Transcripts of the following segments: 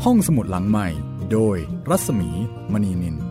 ห้องสมุดหลังใหม่โดยรัศมีมณีนิน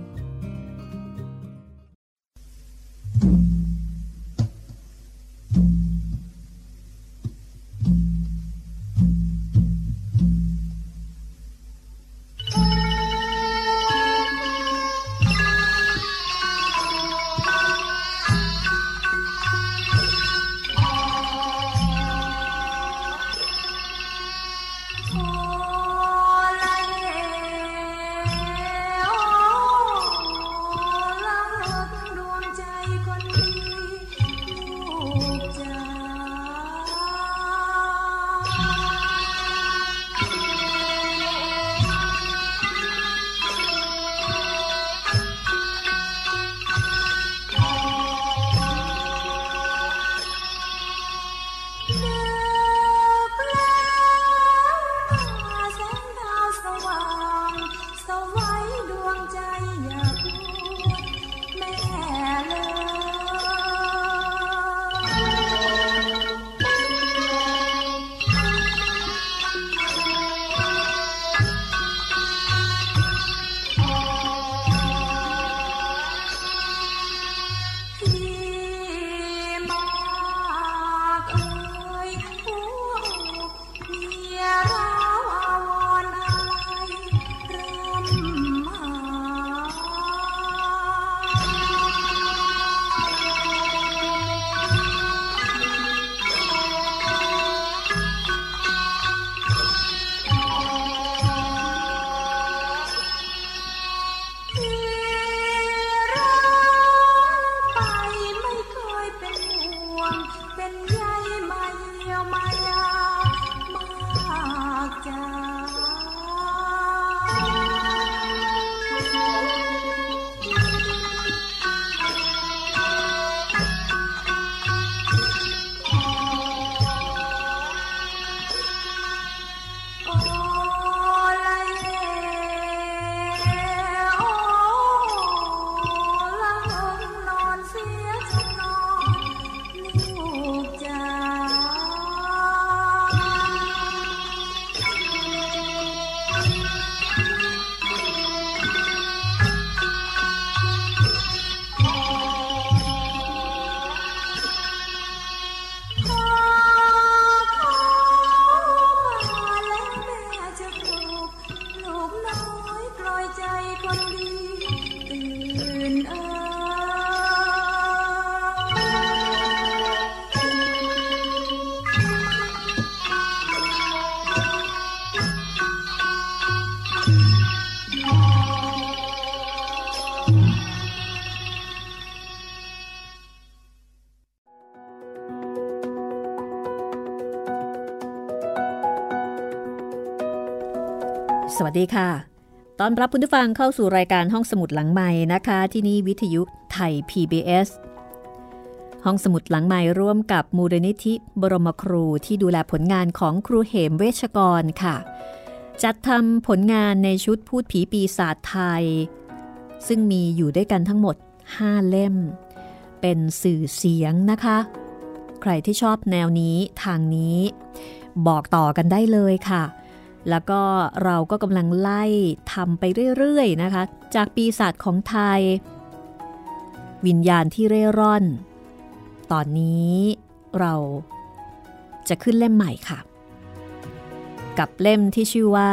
สวัสดีค่ะต้อนรับคุณผู้ฟังเข้าสู่รายการห้องสมุดหลังใหม่นะคะที่นี่วิทยุไทย PBS ห้องสมุดหลังใหม่ร่วมกับมูลนิธิบรมครูที่ดูแลผลงานของครูเหมเวชกรค่ะจัดทำผลงานในชุดพูดผีปีศาจไทยซึ่งมีอยู่ด้วยกันทั้งหมด5เล่มเป็นสื่อเสียงนะคะใครที่ชอบแนวนี้ทางนี้บอกต่อกันได้เลยค่ะแล้วก็เราก็กำลังไล่ทำไปเรื่อยๆนะคะจากปีศาจของไทยวิญญาณที่เร่ร่อนตอนนี้เราจะขึ้นเล่มใหม่ค่ะกับเล่มที่ชื่อว่า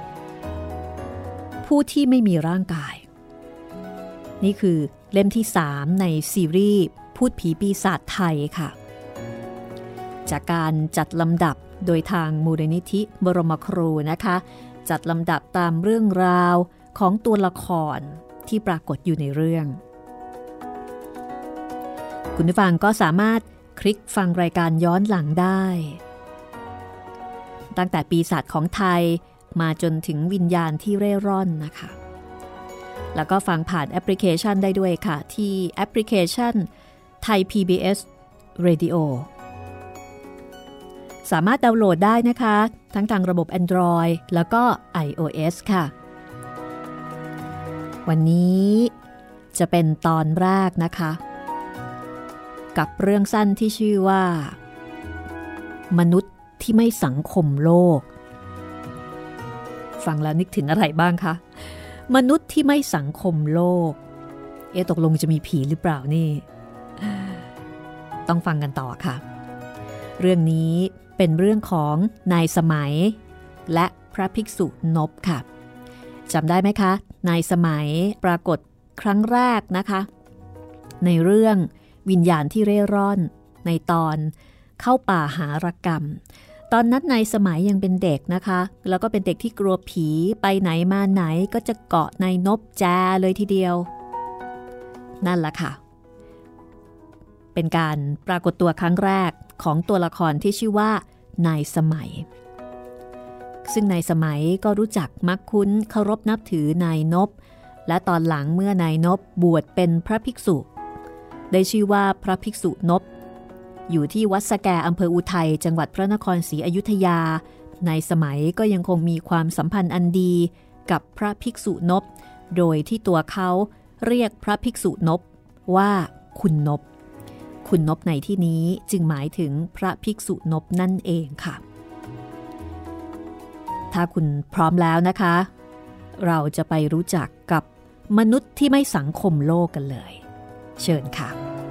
ผู้ที่ไม่มีร่างกายนี่คือเล่มที่3ในซีรีส์พูดผีปีศาจไทยค่ะจากการจัดลำดับโดยทางมูลนิธิบรมครูนะคะจัดลำดับตามเรื่องราวของตัวละครที่ปรากฏอยู่ในเรื่องคุณผู้ฟังก็สามารถคลิกฟังรายการย้อนหลังได้ตั้งแต่ปีศาจของไทยมาจนถึงวิญญาณที่เร่ร่อนนะคะแล้วก็ฟังผ่านแอปพลิเคชันได้ด้วยค่ะที่แอปพลิเคชันไทย PBS Radioสามารถดาวน์โหลดได้นะคะทั้งทางระบบ Android แล้วก็ iOS ค่ะวันนี้จะเป็นตอนแรกนะคะกับเรื่องสั้นที่ชื่อว่ามนุษย์ที่ไม่สังคมโลกฟังแล้วนึกถึงอะไรบ้างคะมนุษย์ที่ไม่สังคมโลกตกลงจะมีผีหรือเปล่านี่ต้องฟังกันต่อค่ะเรื่องนี้เป็นเรื่องของนายสมัยและพระภิกษุนพค่ะจำได้ไหมคะนายสมัยปรากฏครั้งแรกนะคะในเรื่องวิญญาณที่เร่ร่อนในตอนเข้าป่าหารกรรมตอนนั้นนายสมัยยังเป็นเด็กนะคะแล้วก็เป็นเด็กที่กลัวผีไปไหนมาไหนก็จะเกาะนายนพแจเลยทีเดียวนั่นแหละค่ะเป็นการปรากฏตัวครั้งแรกของตัวละครที่ชื่อว่านายสมัยซึ่งนายสมัยก็รู้จักมักคุ้นเคารพนับถือนายนพและตอนหลังเมื่อนายนพบวชเป็นพระภิกษุได้ชื่อว่าพระภิกษุนพอยู่ที่วัดสแกอำเภออุทัยจังหวัดพระนครศรีอยุธยานายสมัยก็ยังคงมีความสัมพันธ์อันดีกับพระภิกษุนพโดยที่ตัวเขาเรียกพระภิกษุนพว่าคุณนพคุณนพในที่นี้จึงหมายถึงพระภิกษุนพนั่นเองค่ะถ้าคุณพร้อมแล้วนะคะเราจะไปรู้จักกับมนุษย์ที่ไม่สังคมโลกกันเลยเชิญค่ะ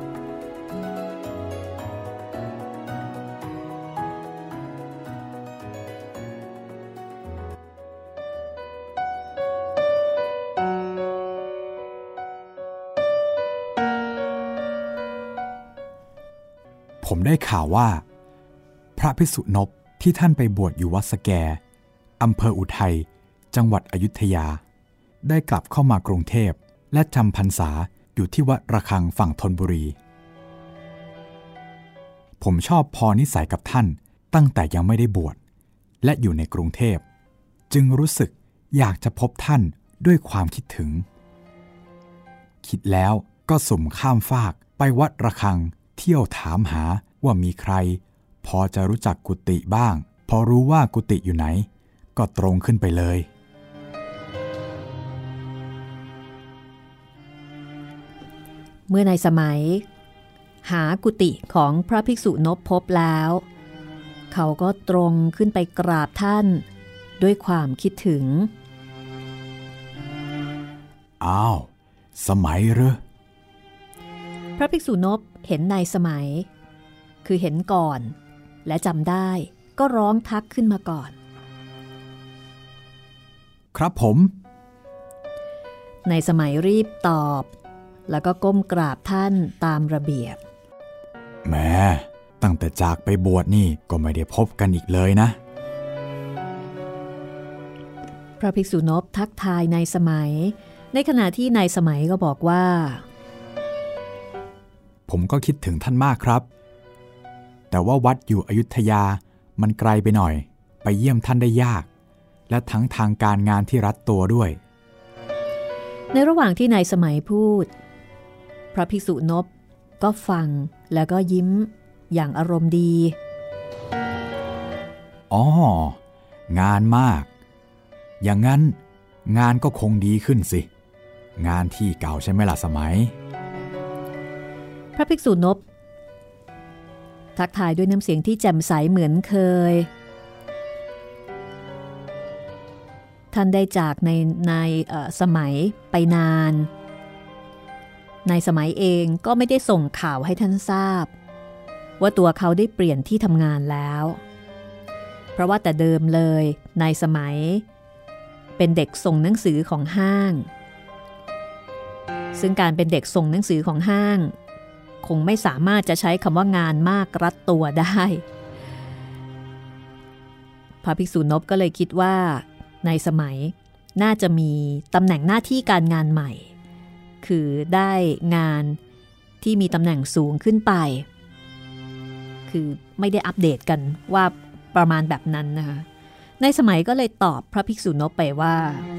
ผมได้ข่าวว่าพระภิกษุนพที่ท่านไปบวชอยู่วัดสแกอำเภออุทัยจังหวัดอยุธยาได้กลับเข้ามากรุงเทพและจำพรรษาอยู่ที่วัดระฆังฝั่งธนบุรีผมชอบพอนิสัยกับท่านตั้งแต่ยังไม่ได้บวชและอยู่ในกรุงเทพจึงรู้สึกอยากจะพบท่านด้วยความคิดถึงคิดแล้วก็สุ่มข้ามฟากไปวัดระฆังเที่ยวถามหาว่ามีใครพอจะรู้จักกุฏิบ้างพอรู้ว่ากุฏิอยู่ไหนก็ตรงขึ้นไปเลยเมื่อนายสมัยหากุฏิของพระภิกษุนพพบแล้วเขาก็ตรงขึ้นไปกราบท่านด้วยความคิดถึงอ้าวสมัยเหรอพระภิกษุนพเห็นนายสมัยคือเห็นก่อนและจำได้ก็ร้องทักขึ้นมาก่อนครับผมนายสมัยรีบตอบแล้วก็ก้มกราบท่านตามระเบียบแม่ตั้งแต่จากไปบวชนี่ก็ไม่ได้พบกันอีกเลยนะพระภิกษุนพทักทายนายสมัยในขณะที่นายสมัยก็บอกว่าผมก็คิดถึงท่านมากครับแต่ว่าวัดอยู่อยุธยามันไกลไปหน่อยไปเยี่ยมท่านได้ยากและทั้งทางการงานที่รัดตัวด้วยในระหว่างที่นายสมัยพูดพระภิกษุนพก็ฟังแล้วก็ยิ้มอย่างอารมณ์ดีอ๋องานมากอย่างนั้นงานก็คงดีขึ้นสิงานที่เก่าใช่ไหมล่ะสมัยพระภิกษุนพทักทายด้วยน้ำเสียงที่แจ่มใสเหมือนเคยท่านได้จากในสมัยไปนานนายสมัยเองก็ไม่ได้ส่งข่าวให้ท่านทราบว่าตัวเขาได้เปลี่ยนที่ทำงานแล้วเพราะว่าแต่เดิมเลยนายสมัยเป็นเด็กส่งหนังสือของห้างซึ่งการเป็นเด็กส่งหนังสือของห้างคงไม่สามารถจะใช้คำว่างานมากรัดตัวได้พระภิกษุนพก็เลยคิดว่าในสมัยน่าจะมีตำแหน่งหน้าที่การงานใหม่คือได้งานที่มีตำแหน่งสูงขึ้นไปคือไม่ได้อัปเดตกันว่าประมาณแบบนั้นนะคะในสมัยก็เลยตอบพระภิกษุนพไปว่า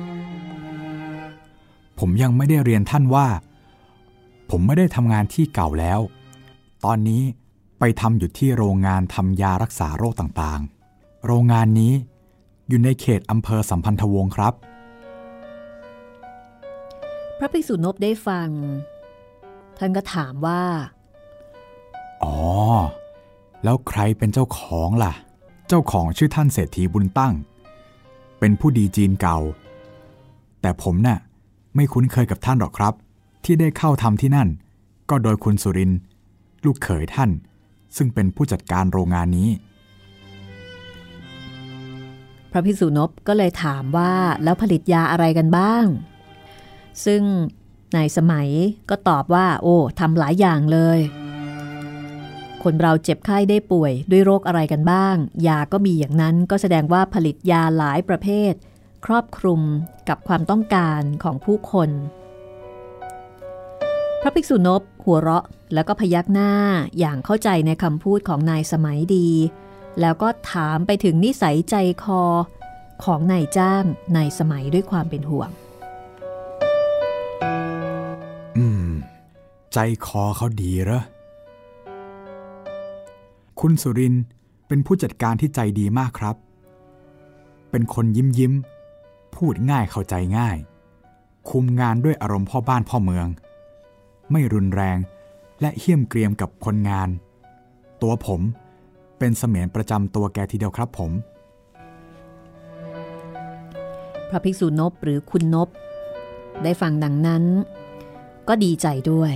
ผมยังไม่ได้เรียนท่านว่าผมไม่ได้ทำงานที่เก่าแล้วตอนนี้ไปทำอยู่ที่โรงงานทำยารักษาโรคต่างๆโรงงานนี้อยู่ในเขตอำเภอสัมพันธวงศ์ครับพระภิกษุนพได้ฟังท่านก็ถามว่าอ๋อแล้วใครเป็นเจ้าของล่ะเจ้าของชื่อท่านเศรษฐีบุญตั้งเเป็นผู้ดีจีนเก่าแต่ผมน่ะไม่คุ้นเคยกับท่านหรอกครับที่ได้เข้าทำที่นั่นก็โดยคุณสุรินทร์ลูกเขยท่านซึ่งเป็นผู้จัดการโรงงานนี้พระภิกษุนพก็เลยถามว่าแล้วผลิตยาอะไรกันบ้างซึ่งนายสมัยก็ตอบว่าโอ้ทำหลายอย่างเลยคนเราเจ็บไข้ได้ป่วยด้วยโรคอะไรกันบ้างยาก็มีอย่างนั้นก็แสดงว่าผลิตยาหลายประเภทครอบคลุมกับความต้องการของผู้คนพระภิกษุนพหัวเราะแล้วก็พยักหน้าอย่างเข้าใจในคำพูดของนายสมัยดีแล้วก็ถามไปถึงนิสัยใจคอของนายจ้างนายสมัยด้วยความเป็นห่วงใจคอเขาดีเหรอคุณสุรินทร์เป็นผู้จัดการที่ใจดีมากครับเป็นคนยิ้มพูดง่ายเข้าใจง่ายคุมงานด้วยอารมณ์พ่อบ้านพ่อเมืองไม่รุนแรงและเหี้ยมเกรียมกับคนงานตัวผมเป็นเสมียนประจำตัวแกทีเดียวครับผมพระภิกษุนพหรือคุณนพได้ฟังดังนั้นก็ดีใจด้วย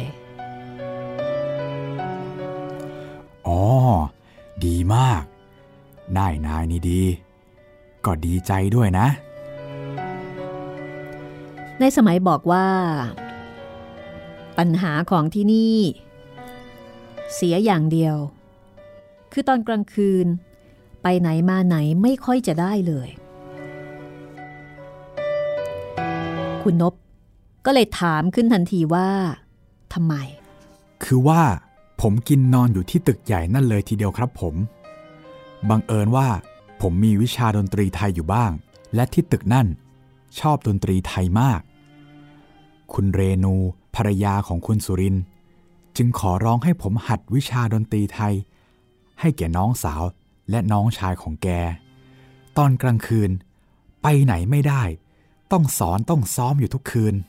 อ๋อดีมากนายนี่ดีก็ดีใจด้วยนะในสมัยบอกว่าปัญหาของที่นี่เสียอย่างเดียวคือตอนกลางคืนไปไหนมาไหนไม่ค่อยจะได้เลยคุณนพก็เลยถามขึ้นทันทีว่าทำไมคือว่าผมกินนอนอยู่ที่ตึกใหญ่นั่นเลยทีเดียวครับผมบังเอิญว่าผมมีวิชาดนตรีไทยอยู่บ้างและที่ตึกนั่นชอบดนตรีไทยมากคุณเรนูภรรยาของคุณสุรินทร์จึงขอร้องให้ผมหัดวิชาดนตรีไทยให้แก่น้องสาวและน้องชายของแกตอนกลางคืนไปไหนไม่ได้ต้องสอนต้องซ้อมอยู่ทุกคืน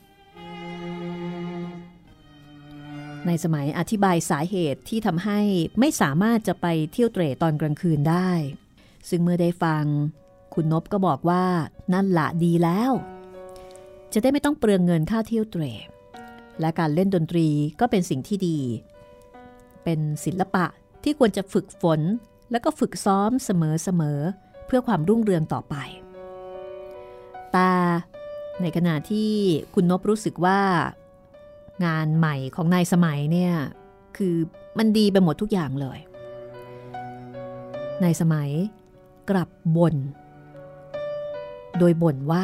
ในสมัยอธิบายสาเหตุที่ทำให้ไม่สามารถจะไปเที่ยวเตร่ตอนกลางคืนได้ซึ่งเมื่อได้ฟังคุณนพก็บอกว่านั่นละดีแล้วจะได้ไม่ต้องเปลืองเงินค่าเที่ยวเตร่และการเล่นดนตรีก็เป็นสิ่งที่ดีเป็นศิลปะที่ควรจะฝึกฝนแล้วก็ฝึกซ้อมเสมอเพื่อความรุ่งเรืองต่อไปแต่ในขณะที่คุณนพรู้สึกว่างานใหม่ของนายสมัยเนี่ยคือมันดีไปหมดทุกอย่างเลยนายสมัยกลับบ่นโดยบ่นว่า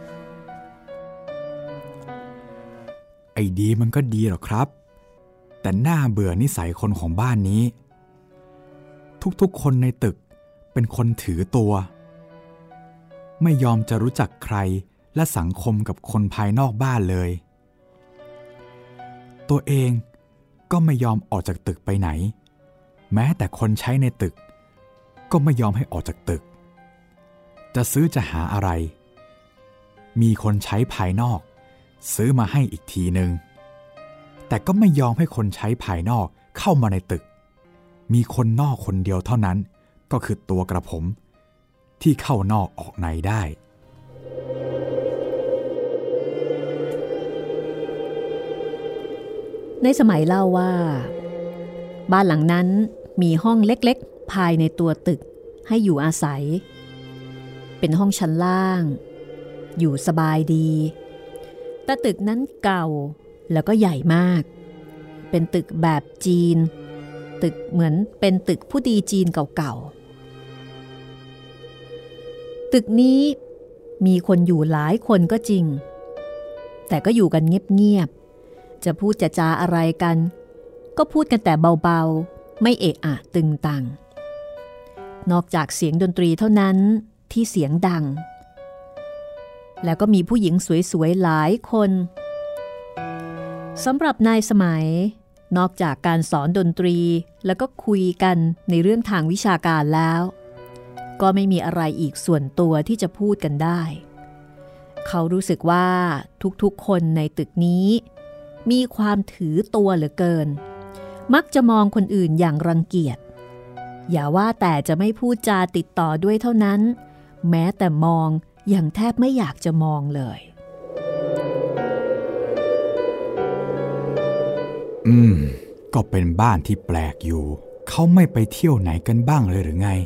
ไอ้ดีมันก็ดีหรอกครับแต่น่าเบื่อนิสัยคนของบ้านนี้ทุกๆคนในตึกเป็นคนถือตัวไม่ยอมจะรู้จักใครและสังคมกับคนภายนอกบ้านเลยตัวเองก็ไม่ยอมออกจากตึกไปไหนแม้แต่คนใช้ในตึกก็ไม่ยอมให้ออกจากตึกจะซื้อจะหาอะไรมีคนใช้ภายนอกซื้อมาให้อีกทีนึงแต่ก็ไม่ยอมให้คนใช้ภายนอกเข้ามาในตึกมีคนนอกคนเดียวเท่านั้นก็คือตัวกระผมที่เข้านอกออกในได้ในสมัยเล่าว่าบ้านหลังนั้นมีห้องเล็กๆภายในตัวตึกให้อยู่อาศัยเป็นห้องชั้นล่างอยู่สบายดีแต่ตึกนั้นเก่าแล้วก็ใหญ่มากเป็นตึกแบบจีนตึกเหมือนเป็นตึกผู้ดีจีนเก่าๆตึกนี้มีคนอยู่หลายคนก็จริงแต่ก็อยู่กันเงียบๆจะพูดจะจาอะไรกันก็พูดกันแต่เบาๆไม่เอะอะตึงตังนอกจากเสียงดนตรีเท่านั้นที่เสียงดังแล้วก็มีผู้หญิงสวยๆหลายคนสำหรับนายสมัยนอกจากการสอนดนตรีแล้วก็คุยกันในเรื่องทางวิชาการแล้วก็ไม่มีอะไรอีกส่วนตัวที่จะพูดกันได้เขารู้สึกว่าทุกๆคนในตึกนี้มีความถือตัวเหลือเกินมักจะมองคนอื่นอย่างรังเกียจอย่าว่าแต่จะไม่พูดจาติดต่อด้วยเท่านั้นแม้แต่มองอย่างแทบไม่อยากจะมองเลยก็เป็นบ้านที่แปลกอยู่เขาไม่ไปเที่ยวไหนกันบ้างเลยหรือไง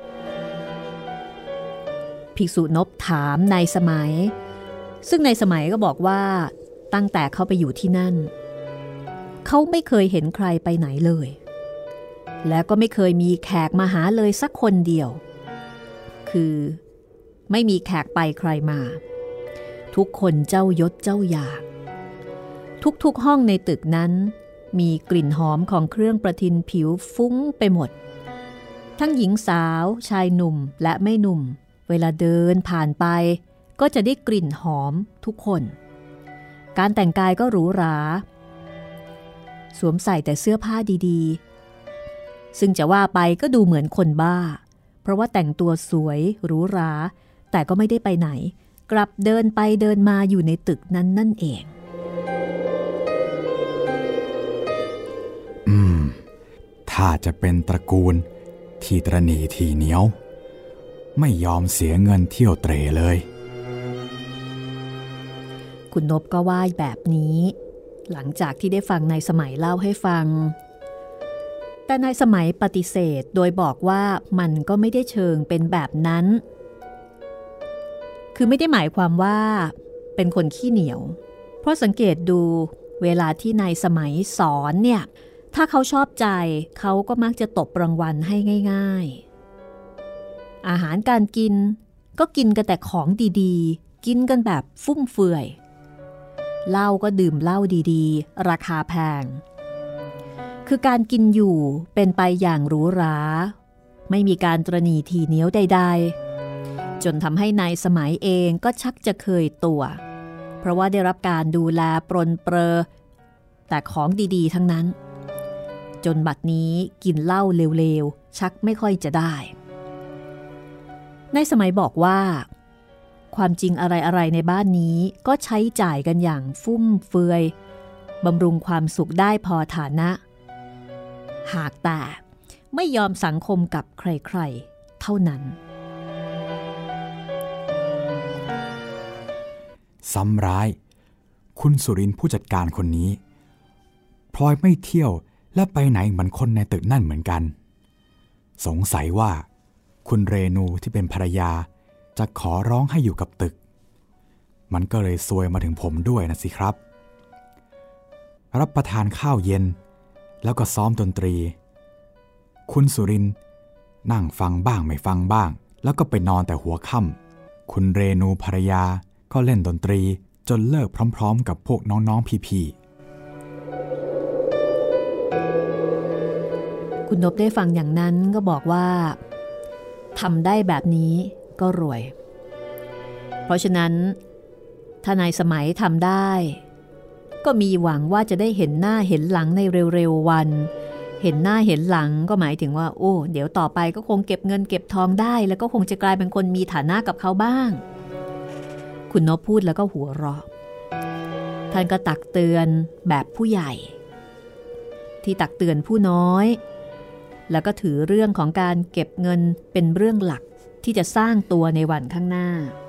ภิกษุนพถามนายสมัยซึ่งนายสมัยก็บอกว่าตั้งแต่เขาไปอยู่ที่นั่นเขาไม่เคยเห็นใครไปไหนเลยและก็ไม่เคยมีแขกมาหาเลยสักคนเดียวคือไม่มีแขกไปใครมาทุกคนเจ้ายศเจ้าอย่างทุกๆห้องในตึกนั้นมีกลิ่นหอมของเครื่องประทินผิวฟุ้งไปหมดทั้งหญิงสาวชายหนุ่มและไม่หนุ่มเวลาเดินผ่านไปก็จะได้กลิ่นหอมทุกคนการแต่งกายก็หรูหราสวมใส่แต่เสื้อผ้าดีๆซึ่งจะว่าไปก็ดูเหมือนคนบ้าเพราะว่าแต่งตัวสวยหรูหราแต่ก็ไม่ได้ไปไหนกลับเดินไปเดินมาอยู่ในตึกนั้นนั่นเองถ้าจะเป็นตระกูลที่ตระหนี่ที่เหนียวไม่ยอมเสียเงินเที่ยวเตร่เลยคุณนพก็ว่าแบบนี้หลังจากที่ได้ฟังนายสมัยเล่าให้ฟังแต่นายสมัยปฏิเสธโดยบอกว่ามันก็ไม่ได้เชิงเป็นแบบนั้นคือไม่ได้หมายความว่าเป็นคนขี้เหนียวเพราะสังเกตดูเวลาที่นายสมัยสอนเนี่ยถ้าเขาชอบใจเขาก็มักจะตบรางวัลให้ง่ายๆอาหารการกินก็กินกันแต่ของดีๆกินกันแบบฟุ่มเฟือยเหล้าก็ดื่มเหล้าดีๆราคาแพงคือการกินอยู่เป็นไปอย่างหรูหราไม่มีการตระหนี่ทีเหนียวใดๆจนทำให้นายสมัยเองก็ชักจะเคยตัวเพราะว่าได้รับการดูแลปรนเปรอแต่ของดีๆทั้งนั้นจนบัดนี้กินเหล้าเร็วๆชักไม่ค่อยจะได้นายสมัยบอกว่าความจริงอะไรๆในบ้านนี้ก็ใช้จ่ายกันอย่างฟุ่มเฟือยบำรุงความสุขได้พอฐานะหากแต่ไม่ยอมสังคมกับใครๆเท่านั้นซ้ำร้ายคุณสุรินทร์ผู้จัดการคนนี้พลอยไม่เที่ยวและไปไหนเหมือนคนในตึกนั่นเหมือนกันสงสัยว่าคุณเรนูที่เป็นภรรยาจะขอร้องให้อยู่กับตึกมันก็เลยซวยมาถึงผมด้วยนะสิครับรับประทานข้าวเย็นแล้วก็ซ้อมดนตรีคุณสุรินทร์นั่งฟังบ้างไม่ฟังบ้างแล้วก็ไปนอนแต่หัวค่ำคุณเรนูภรรยาก็เล่นดนตรีจนเลิกพร้อมๆกับพวกน้องๆพี่ๆคุณนพได้ฟังอย่างนั้นก็บอกว่าทำได้แบบนี้ก็รวยเพราะฉะนั้นถ้านายสมัยทำได้ก็มีหวังว่าจะได้เห็นหน้าเห็นหลังในเร็วๆวันเห็นหน้าเห็นหลังก็หมายถึงว่าโอ้เดี๋ยวต่อไปก็คงเก็บเงินเก็บทองได้แล้วก็คงจะกลายเป็นคนมีฐานะกับเขาบ้างคุณนพพูดแล้วก็หัวเราะท่านก็ตักเตือนแบบผู้ใหญ่ที่ตักเตือนผู้น้อยแล้วก็ถือเรื่องของการเก็บเงินเป็นเรื่องหลักที่จะสร้างตัวในวันข้างหน้า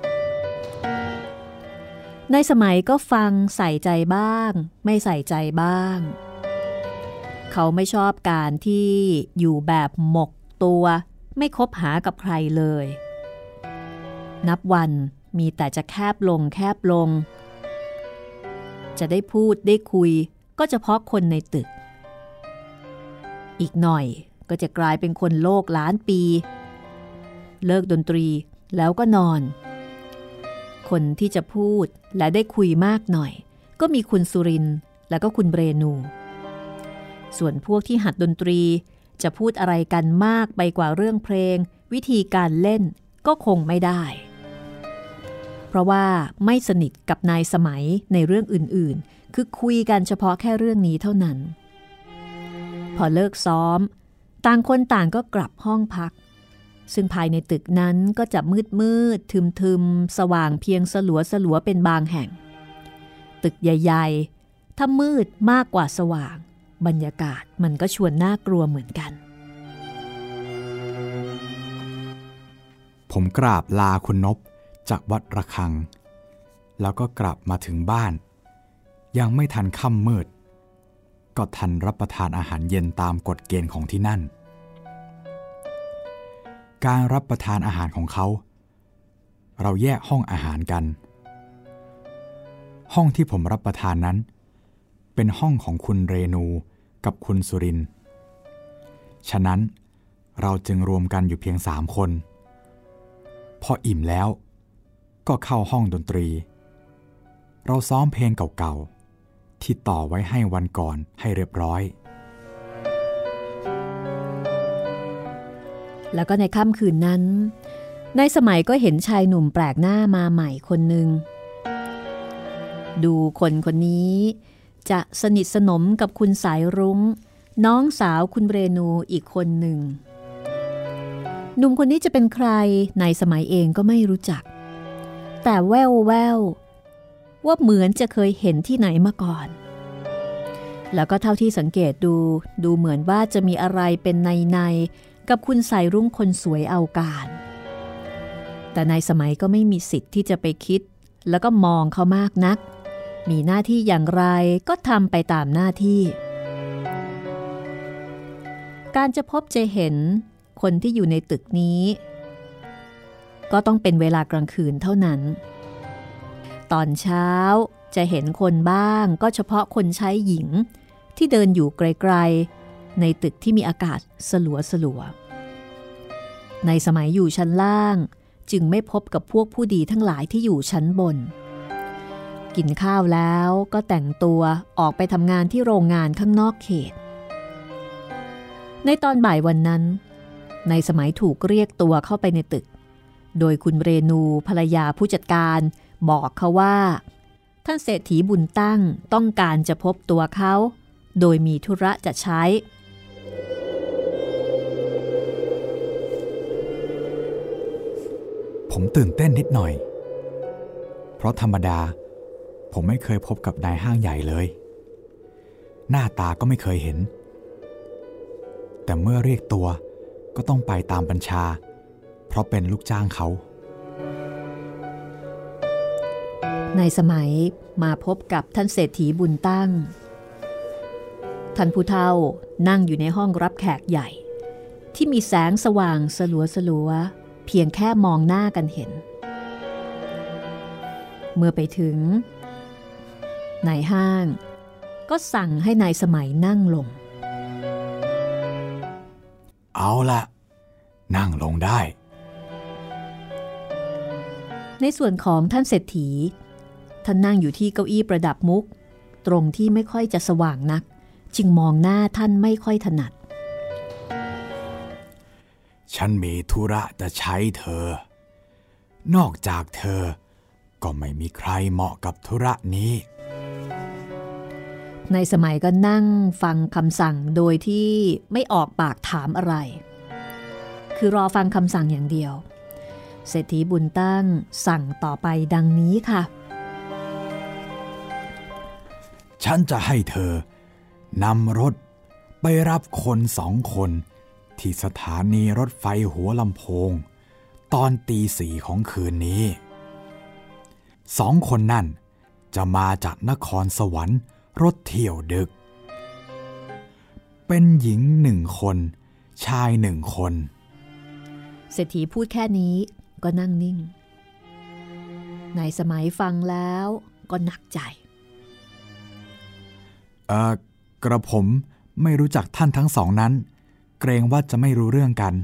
ในสมัยก็ฟังใส่ใจบ้างไม่ใส่ใจบ้างเขาไม่ชอบการที่อยู่แบบหมกตัวไม่คบหากับใครเลยนับวันมีแต่จะแคบลงแคบลงจะได้พูดได้คุยก็เฉพาะคนในตึกอีกหน่อยก็จะกลายเป็นคนโลกล้านปีเลิกดนตรีแล้วก็นอนคนที่จะพูดและได้คุยมากหน่อยก็มีคุณสุรินทร์และก็คุณเรนูส่วนพวกที่หัดดนตรีจะพูดอะไรกันมากไปกว่าเรื่องเพลงวิธีการเล่นก็คงไม่ได้เพราะว่าไม่สนิทกับนายสมัยในเรื่องอื่นๆคือคุยกันเฉพาะแค่เรื่องนี้เท่านั้นพอเลิกซ้อมต่างคนต่างก็กลับห้องพักซึ่งภายในตึกนั้นก็จะมืดทึมสว่างเพียงสลัวเป็นบางแห่งตึกใหญ่ๆถ้ามืดมากกว่าสว่างบรรยากาศมันก็ชวนน่ากลัวเหมือนกันผมกราบลาคุณนพจากวัดระฆังแล้วก็กลับมาถึงบ้านยังไม่ทันค่ำมืดก็ทันรับประทานอาหารเย็นตามกฎเกณฑ์ของที่นั่นการรับประทานอาหารของเขาเราแยกห้องอาหารกันห้องที่ผมรับประทานนั้นเป็นห้องของคุณเรนูกับคุณสุรินทร์ฉะนั้นเราจึงรวมกันอยู่เพียง3 คนพออิ่มแล้วก็เข้าห้องดนตรีเราซ้อมเพลงเก่าๆที่ต่อไว้ให้วันก่อนให้เรียบร้อยแล้วก็ในค่ำคืนนั้นนายสมัยก็เห็นชายหนุ่มแปลกหน้ามาใหม่คนหนึ่งดูคนคนนี้จะสนิทสนมกับคุณสายรุ้งน้องสาวคุณเรนูอีกคนหนึ่งหนุ่มคนนี้จะเป็นใครนายสมัยเองก็ไม่รู้จักแต่แว่วว่าเหมือนจะเคยเห็นที่ไหนมาก่อนแล้วก็เท่าที่สังเกตดูเหมือนว่าจะมีอะไรเป็นในกับคุณสายรุ้งคนสวยเอาการแต่นายสมัยก็ไม่มีสิทธิ์ที่จะไปคิดแล้วก็มองเขามากนักมีหน้าที่อย่างไรก็ทำไปตามหน้าที่การจะพบจะเห็นคนที่อยู่ในตึกนี้ก็ต้องเป็นเวลากลางคืนเท่านั้นตอนเช้าจะเห็นคนบ้างก็เฉพาะคนใช้หญิงที่เดินอยู่ไกลๆในตึกที่มีอากาศสลัวในสมัยอยู่ชั้นล่างจึงไม่พบกับพวกผู้ดีทั้งหลายที่อยู่ชั้นบนกินข้าวแล้วก็แต่งตัวออกไปทำงานที่โรงงานข้างนอกเขตในตอนบ่ายวันนั้นในสมัยถูกเรียกตัวเข้าไปในตึกโดยคุณเรนูภรรยาผู้จัดการบอกเขาว่าท่านเศรษฐีบุญตั้งต้องการจะพบตัวเขาโดยมีธุระจะใช้ผมตื่นเต้นนิดหน่อยเพราะธรรมดาผมไม่เคยพบกับนายห้างใหญ่เลยหน้าตาก็ไม่เคยเห็นแต่เมื่อเรียกตัวก็ต้องไปตามบัญชาเพราะเป็นลูกจ้างเขาในสมัยมาพบกับท่านเศรษฐีบุญตั้งท่านผู้เฒ่านั่งอยู่ในห้องรับแขกใหญ่ที่มีแสงสว่างสลัวเพียงแค่มองหน้ากันเห็นเมื่อไปถึงนายห้างก็สั่งให้นายสมัยนั่งลงเอาล่ะนั่งลงได้ในส่วนของท่านเศรษฐีท่านนั่งอยู่ที่เก้าอี้ประดับมุกตรงที่ไม่ค่อยจะสว่างนักจึงมองหน้าท่านไม่ค่อยถนัดฉันมีธุระจะใช้เธอนอกจากเธอก็ไม่มีใครเหมาะกับธุระนี้ในสมัยก็นั่งฟังคำสั่งโดยที่ไม่ออกปากถามอะไรคือรอฟังคำสั่งอย่างเดียวเศรษฐีบุญตั้งสั่งต่อไปดังนี้ค่ะฉันจะให้เธอนำรถไปรับคน2 คนที่สถานีรถไฟหัวลำโพงตอนตี 4ของคืนนี้2 คนนั่นจะมาจากนครสวรรค์รถเที่ยวดึกเป็นหญิง1 คนชาย1 คนเศรษฐีพูดแค่นี้ก็นั่งนิ่งนายสมัยฟังแล้วก็หนักใจกระผมไม่รู้จักท่านทั้ง2นั้นเกรงว่าจะไม่รู้เรื่องกัน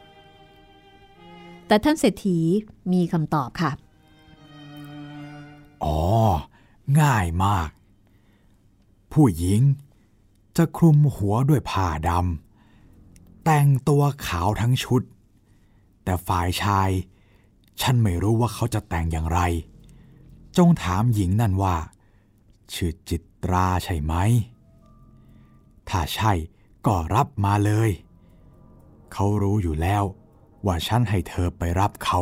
แต่ท่านเศรษฐีมีคำตอบค่ะอ๋อง่ายมากผู้หญิงจะคลุมหัวด้วยผ้าดำแต่งตัวขาวทั้งชุดแต่ฝ่ายชายฉันไม่รู้ว่าเขาจะแต่งอย่างไรจงถามหญิงนั่นว่าชื่อจิตราใช่ไหมถ้าใช่ก็รับมาเลยเขารู้อยู่แล้วว่าฉันให้เธอไปรับเขา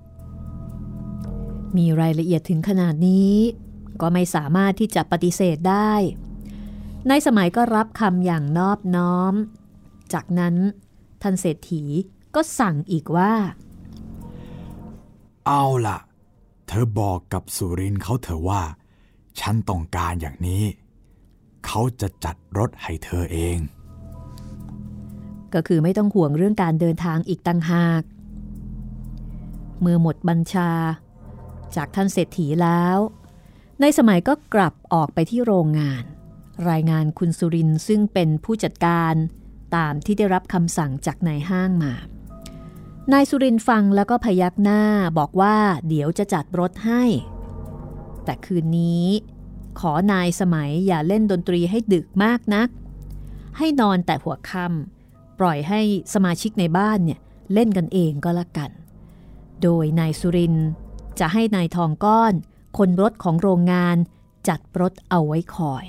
มีรายละเอียดถึงขนาดนี้ก็ไม่สามารถที่จะปฏิเสธได้ในสมัยก็รับคำอย่างนอบน้อมจากนั้นท่านเศรษฐีก็สั่งอีกว่าเอาล่ะเธอบอกกับสุรินทร์เขาเถอะว่าฉันต้องการอย่างนี้เขาจะจัดรถให้เธอเองก็คือไม่ต้องห่วงเรื่องการเดินทางอีกต่างหากเมื่อหมดบัญชาจากท่านเศรษฐีแล้วในสมัยก็กลับออกไปที่โรงงานรายงานคุณสุรินทร์ซึ่งเป็นผู้จัดการตามที่ได้รับคำสั่งจากนายห้างมานายสุรินทร์ฟังแล้วก็พยักหน้าบอกว่าเดี๋ยวจะจัดรถให้แต่คืนนี้ขอนายสมัยอย่าเล่นดนตรีให้ดึกมากนักให้นอนแต่หัวค่ำปล่อยให้สมาชิกในบ้านเนี่ยเล่นกันเองก็แล้วกันโดยนายสุรินทร์จะให้นายทองก้อนคนรถของโรงงานจัดรถเอาไว้คอย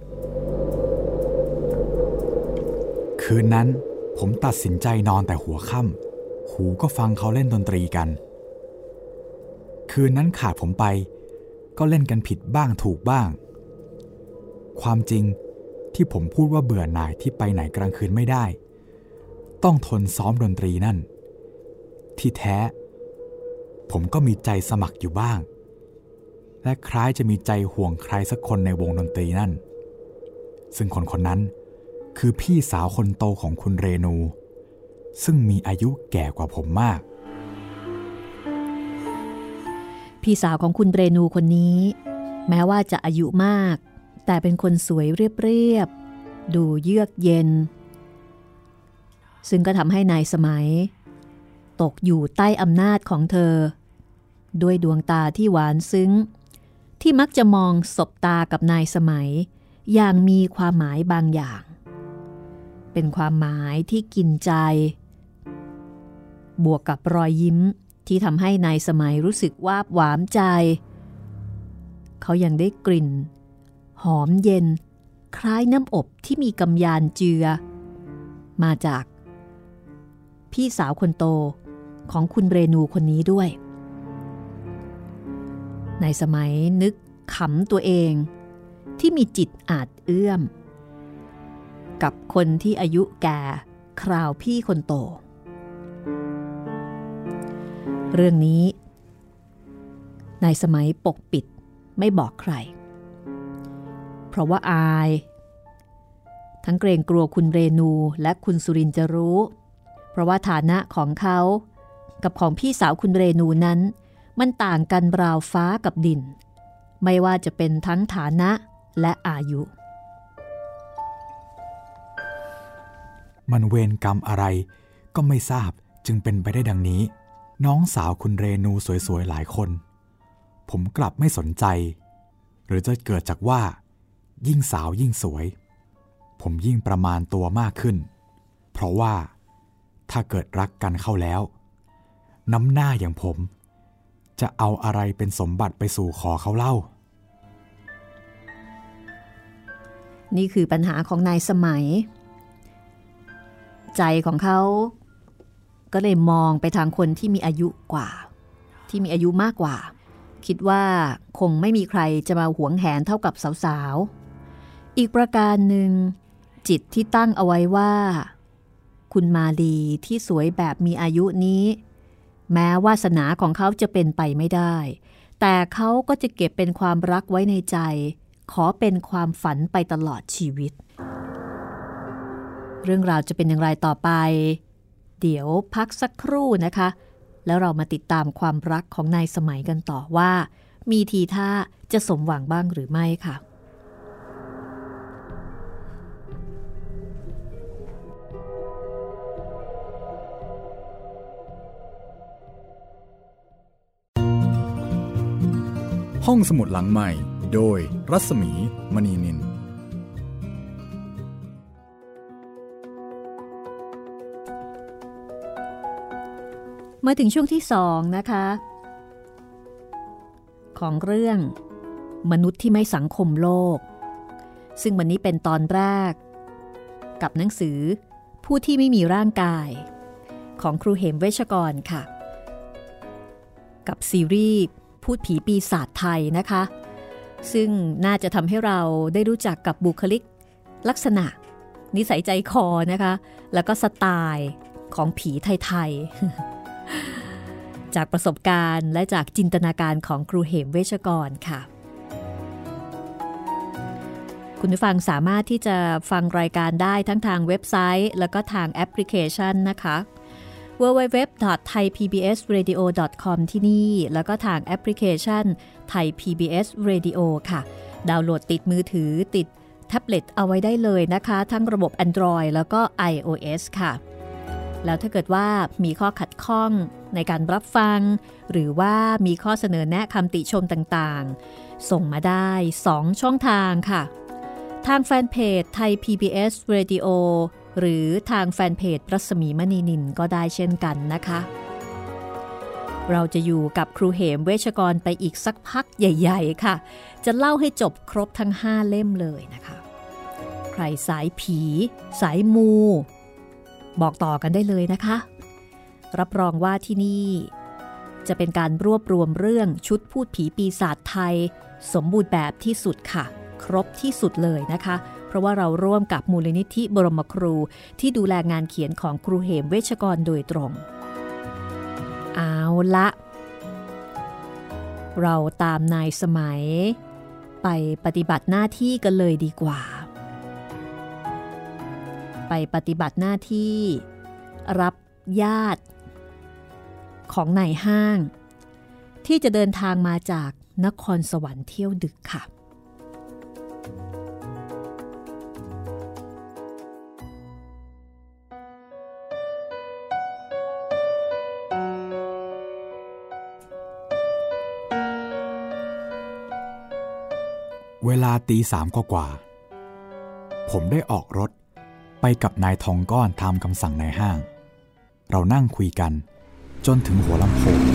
คืนนั้นผมตัดสินใจนอนแต่หัวค่ำหูก็ฟังเขาเล่นดนตรีกันคืนนั้นขาดผมไปก็เล่นกันผิดบ้างถูกบ้างความจริงที่ผมพูดว่าเบื่อหน่ายที่ไปไหนกลางคืนไม่ได้ต้องทนซ้อมดนตรีนั่นที่แท้ผมก็มีใจสมัครอยู่บ้างและคล้ายจะมีใจห่วงใครสักคนในวงดนตรีนั่นซึ่งคนนั้นคือพี่สาวคนโตของคุณเรนูซึ่งมีอายุแก่กว่าผมมากพี่สาวของคุณเรนูคนนี้แม้ว่าจะอายุมากแต่เป็นคนสวยเรียบๆดูเยือกเย็นซึ่งก็ทำให้นายสมัยตกอยู่ใต้อำนาจของเธอด้วยดวงตาที่หวานซึ้งที่มักจะมองสบตากับนายสมัยอย่างมีความหมายบางอย่างเป็นความหมายที่กินใจบวกกับรอยยิ้มที่ทำให้นายสมัยรู้สึกวาบหวามใจเขายังได้กลิ่นหอมเย็นคล้ายน้ำอบที่มีกำยานเจือมาจากพี่สาวคนโตของคุณเรนูคนนี้ด้วยนายสมัยนึกขำตัวเองที่มีจิตอาจเอื้อมกับคนที่อายุแก่คราวพี่คนโตเรื่องนี้นายสมัยปกปิดไม่บอกใครเพราะว่าอายทั้งเกรงกลัวคุณเรนูและคุณสุรินทร์จะรู้เพราะว่าฐานะของเขากับของพี่สาวคุณเรนูนั้นมันต่างกันราวฟ้ากับดินไม่ว่าจะเป็นทั้งฐานะและอายุมันเวรกรรมอะไรก็ไม่ทราบจึงเป็นไปได้ดังนี้น้องสาวคุณเรนูสวยๆหลายคนผมกลับไม่สนใจหรือจะเกิดจากว่ายิ่งสาวยิ่งสวยผมยิ่งประมาณตัวมากขึ้นเพราะว่าถ้าเกิดรักกันเข้าแล้วน้ำหน้าอย่างผมจะเอาอะไรเป็นสมบัติไปสู่ขอเขาเล่านี่คือปัญหาของนายสมัยใจของเขาก็เลยมองไปทางคนที่มีอายุกว่าที่มีอายุมากกว่าคิดว่าคงไม่มีใครจะมาหวงแหนเท่ากับสาวๆอีกประการหนึ่งจิตที่ตั้งเอาไว้ว่าคุณมาลีที่สวยแบบมีอายุนี้แม้วาสนาของเขาจะเป็นไปไม่ได้แต่เขาก็จะเก็บเป็นความรักไว้ในใจขอเป็นความฝันไปตลอดชีวิตเรื่องราวจะเป็นอย่างไรต่อไปเดี๋ยวพักสักครู่นะคะแล้วเรามาติดตามความรักของนายสมัยกันต่อว่ามีทีท่าจะสมหวังบ้างหรือไม่ค่ะห้องสมุดหลังใหม่โดยรัศมีมณีนินมาถึงช่วงที่2นะคะของเรื่องมนุษย์ที่ไม่สังคมโลกซึ่งวันนี้เป็นตอนแรกกับหนังสือผู้ที่ไม่มีร่างกายของครูเหมเวชกรค่ะกับซีรีส์พูดผีปีศาจไทยนะคะซึ่งน่าจะทำให้เราได้รู้จักกับบุคลิกลักษณะนิสัยใจคอนะคะแล้วก็สไตล์ของผีไทยๆจากประสบการณ์และจากจินตนาการของครูเหมเวชกรค่ะคุณผู้ฟังสามารถที่จะฟังรายการได้ทั้งทางเว็บไซต์แล้วก็ทางแอปพลิเคชันนะคะ www.thaipbsradio.com ที่นี่แล้วก็ทางแอปพลิเคชัน Thai PBS Radio ค่ะดาวน์โหลดติดมือถือติดแท็บเล็ตเอาไว้ได้เลยนะคะทั้งระบบ Android แล้วก็ iOS ค่ะแล้วถ้าเกิดว่ามีข้อขัดข้องในการรับฟังหรือว่ามีข้อเสนอแนะคำติชมต่างๆส่งมาได้2ช่องทางค่ะทางแฟนเพจไทย PBS Radio หรือทางแฟนเพจรัศมีมณีนินก็ได้เช่นกันนะคะเราจะอยู่กับครูเหมเวชกรไปอีกสักพักใหญ่ๆค่ะจะเล่าให้จบครบทั้ง5เล่มเลยนะคะใครสายผีสายมูบอกต่อกันได้เลยนะคะรับรองว่าที่นี่จะเป็นการรวบรวมเรื่องชุดพูดผีปีศาจไทยสมบูรณ์แบบที่สุดค่ะครบที่สุดเลยนะคะเพราะว่าเราร่วมกับมูลนิธิบรมครูที่ดูแลงานเขียนของครูเหมเวชกรโดยตรงเอาละเราตามนายสมัยไปปฏิบัติหน้าที่กันเลยดีกว่าไปปฏิบัติหน้าที่รับญาติของนายห้างที่จะเดินทางมาจากนครสวรรค์เที่ยวดึกค่ะเวลาตี 3 กว่าผมได้ออกรถไปกับนายทองก้อนตามคำสั่งนายห้างเรานั่งคุยกันจนถึงหัวลำโพง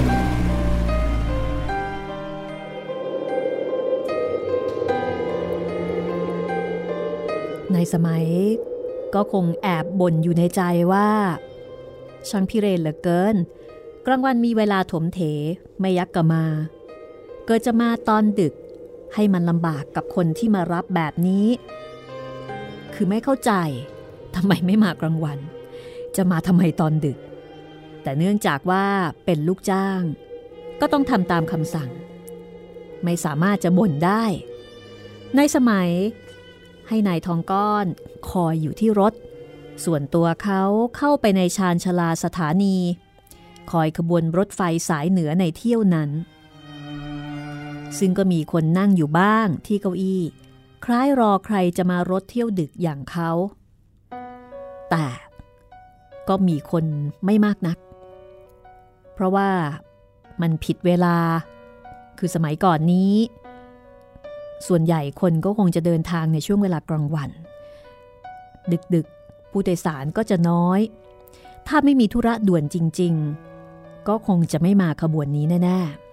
ในสมัยก็คงแอบบ่นอยู่ในใจว่าช่างพิเรนเหลือเกินกลางวันมีเวลาถมเถไม่ยักกะมาเกิดจะมาตอนดึกให้มันลำบากกับคนที่มารับแบบนี้คือไม่เข้าใจทำไมไม่มากลางวันจะมาทำไมตอนดึกแต่เนื่องจากว่าเป็นลูกจ้างก็ต้องทำตามคำสั่งไม่สามารถจะบ่นได้ในสมัยให้นายทองก้อนคอยอยู่ที่รถส่วนตัวเขาเข้าไปในชานชาลาสถานีคอยขบวนรถไฟสายเหนือในเที่ยวนั้นซึ่งก็มีคนนั่งอยู่บ้างที่เก้าอี้คล้ายรอใครจะมารถเที่ยวดึกอย่างเขาแต่ก็มีคนไม่มากนักเพราะว่ามันผิดเวลาคือสมัยก่อนนี้ส่วนใหญ่คนก็คงจะเดินทางในช่วงเวลากลางวันดึกๆผู้โดยสารก็จะน้อยถ้าไม่มีธุระด่วนจริงๆก็คงจะไม่มาขบวนนี้แน่ๆ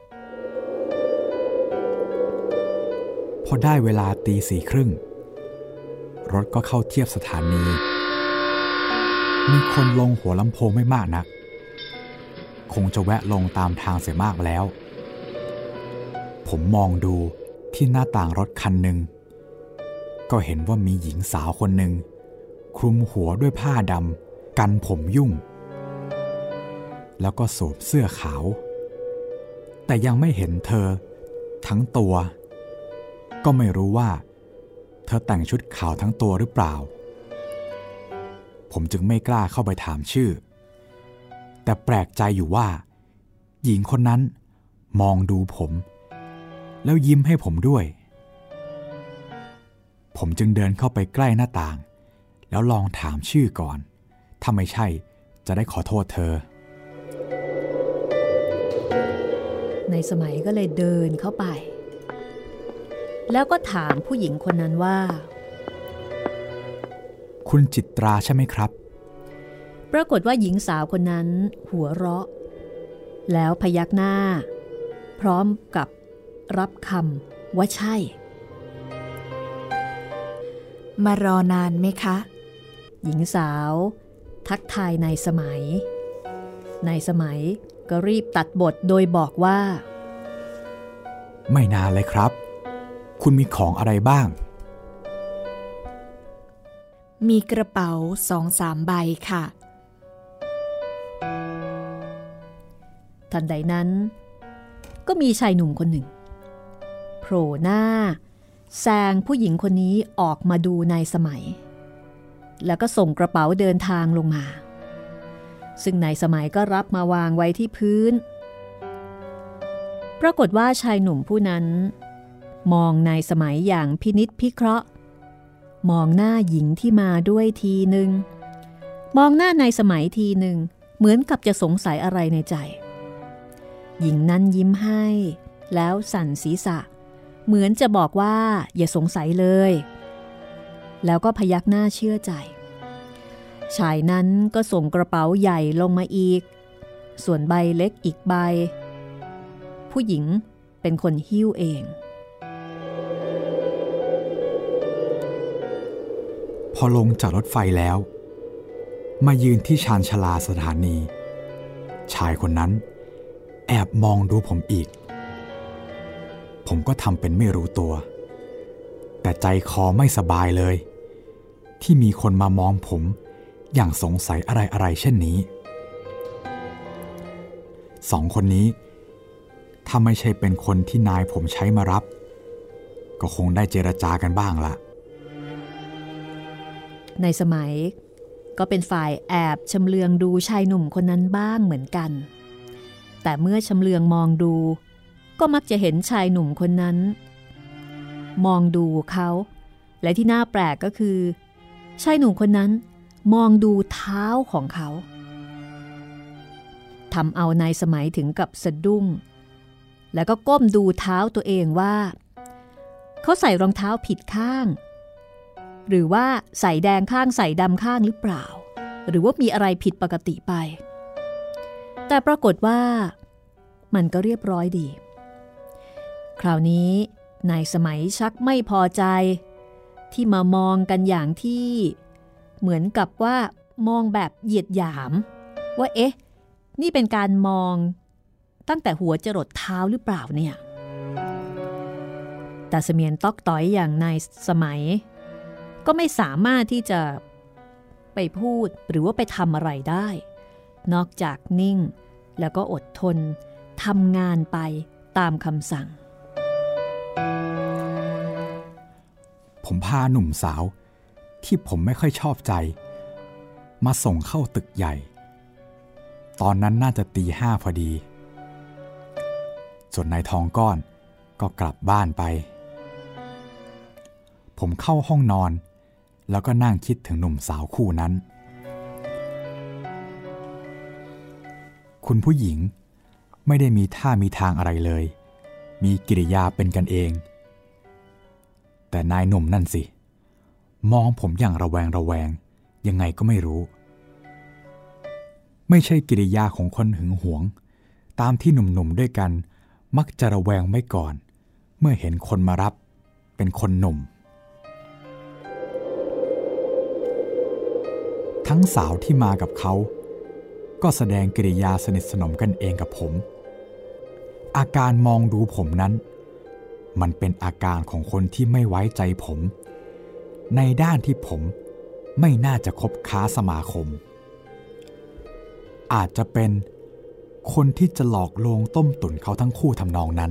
พอได้เวลาตี 4:30รถก็เข้าเทียบสถานีมีคนลงหัวลำโพงไม่มากนักคงจะแวะลงตามทางเสียมากแล้วผมมองดูที่หน้าต่างรถคันหนึ่งก็เห็นว่ามีหญิงสาวคนหนึ่งคลุมหัวด้วยผ้าดำกันผมยุ่งแล้วก็สวมเสื้อขาวแต่ยังไม่เห็นเธอทั้งตัวก็ไม่รู้ว่าเธอแต่งชุดขาวทั้งตัวหรือเปล่าผมจึงไม่กล้าเข้าไปถามชื่อแต่แปลกใจอยู่ว่าหญิงคนนั้นมองดูผมแล้วยิ้มให้ผมด้วยผมจึงเดินเข้าไปใกล้หน้าต่างแล้วลองถามชื่อก่อนถ้าไม่ใช่จะได้ขอโทษเธอในสมัยก็เลยเดินเข้าไปแล้วก็ถามผู้หญิงคนนั้นว่าคุณจิตราใช่ไหมครับปรากฏว่าหญิงสาวคนนั้นหัวเราะแล้วพยักหน้าพร้อมกับรับคำว่าใช่มารอนานไหมคะหญิงสาวทักทายนายสมัยนายสมัยก็รีบตัดบทโดยบอกว่าไม่นานเลยครับคุณมีของอะไรบ้างมีกระเป๋า 2-3 ใบค่ะทันใดนั้นก็มีชายหนุ่มคนหนึ่งโผล่หน้าแซงผู้หญิงคนนี้ออกมาดูนายสมัยแล้วก็ส่งกระเป๋าเดินทางลงมาซึ่งนายสมัยก็รับมาวางไว้ที่พื้นปรากฏว่าชายหนุ่มผู้นั้นมองนายสมัยอย่างพินิจพิเคราะห์มองหน้าหญิงที่มาด้วยทีหนึ่งมองหน้านายสมัยทีหนึ่งเหมือนกับจะสงสัยอะไรในใจหญิงนั้นยิ้มให้แล้วสั่นศีรษะเหมือนจะบอกว่าอย่าสงสัยเลยแล้วก็พยักหน้าเชื่อใจชายนั้นก็ส่งกระเป๋าใหญ่ลงมาอีกส่วนใบเล็กอีกใบผู้หญิงเป็นคนหิ้วเองพอลงจากรถไฟแล้วมายืนที่ชานชาลาสถานีชายคนนั้นแอบมองดูผมอีกผมก็ทำเป็นไม่รู้ตัวแต่ใจคอไม่สบายเลยที่มีคนมามองผมอย่างสงสัยอะไรๆเช่นนี้สองคนนี้ถ้าไม่ใช่เป็นคนที่นายผมใช้มารับก็คงได้เจรจากันบ้างละในสมัยก็เป็นฝ่ายแอบชำเลืองดูชายหนุ่มคนนั้นบ้างเหมือนกันแต่เมื่อชำเลืองมองดูก็มักจะเห็นชายหนุ่มคนนั้นมองดูเขาและที่น่าแปลกก็คือชายหนุ่มคนนั้นมองดูเท้าของเขาทำเอานายสมัยถึงกับสะดุ้งแล้วก็ก้มดูเท้าตัวเองว่าเขาใส่รองเท้าผิดข้างหรือว่าใส่แดงข้างใส่ดำข้างหรือเปล่าหรือว่ามีอะไรผิดปกติไปแต่ปรากฏว่ามันก็เรียบร้อยดีคราวนี้นายสมัยชักไม่พอใจที่มามองกันอย่างที่เหมือนกับว่ามองแบบเหยียดหยามว่าเอ๊ะนี่เป็นการมองตั้งแต่หัวจรดเท้าหรือเปล่าเนี่ยแต่เสมียนต๊อกต้อยอย่างนายสมัยก็ไม่สามารถที่จะไปพูดหรือว่าไปทำอะไรได้นอกจากนิ่งแล้วก็อดทนทำงานไปตามคำสั่งผมพาหนุ่มสาวที่ผมไม่ค่อยชอบใจมาส่งเข้าตึกใหญ่ตอนนั้นน่าจะตี 5พอดีส่วนนายทองก้อนก็กลับบ้านไปผมเข้าห้องนอนแล้วก็นั่งคิดถึงหนุ่มสาวคู่นั้นคุณผู้หญิงไม่ได้มีท่ามีทางอะไรเลยมีกิริยาเป็นกันเองแต่นายหนุ่มนั่นสิมองผมอย่างระแวงยังไงก็ไม่รู้ไม่ใช่กิริยาของคนหึงหวงตามที่หนุ่มๆด้วยกันมักจะระแวงไว้ก่อนเมื่อเห็นคนมารับเป็นคนหนุ่มทั้งสาวที่มากับเขาก็แสดงกิริยาสนิทสนมกันเองกับผมอาการมองดูผมนั้นมันเป็นอาการของคนที่ไม่ไว้ใจผมในด้านที่ผมไม่น่าจะคบค้าสมาคมอาจจะเป็นคนที่จะหลอกลวงต้มตุ๋นเขาทั้งคู่ทำนองนั้น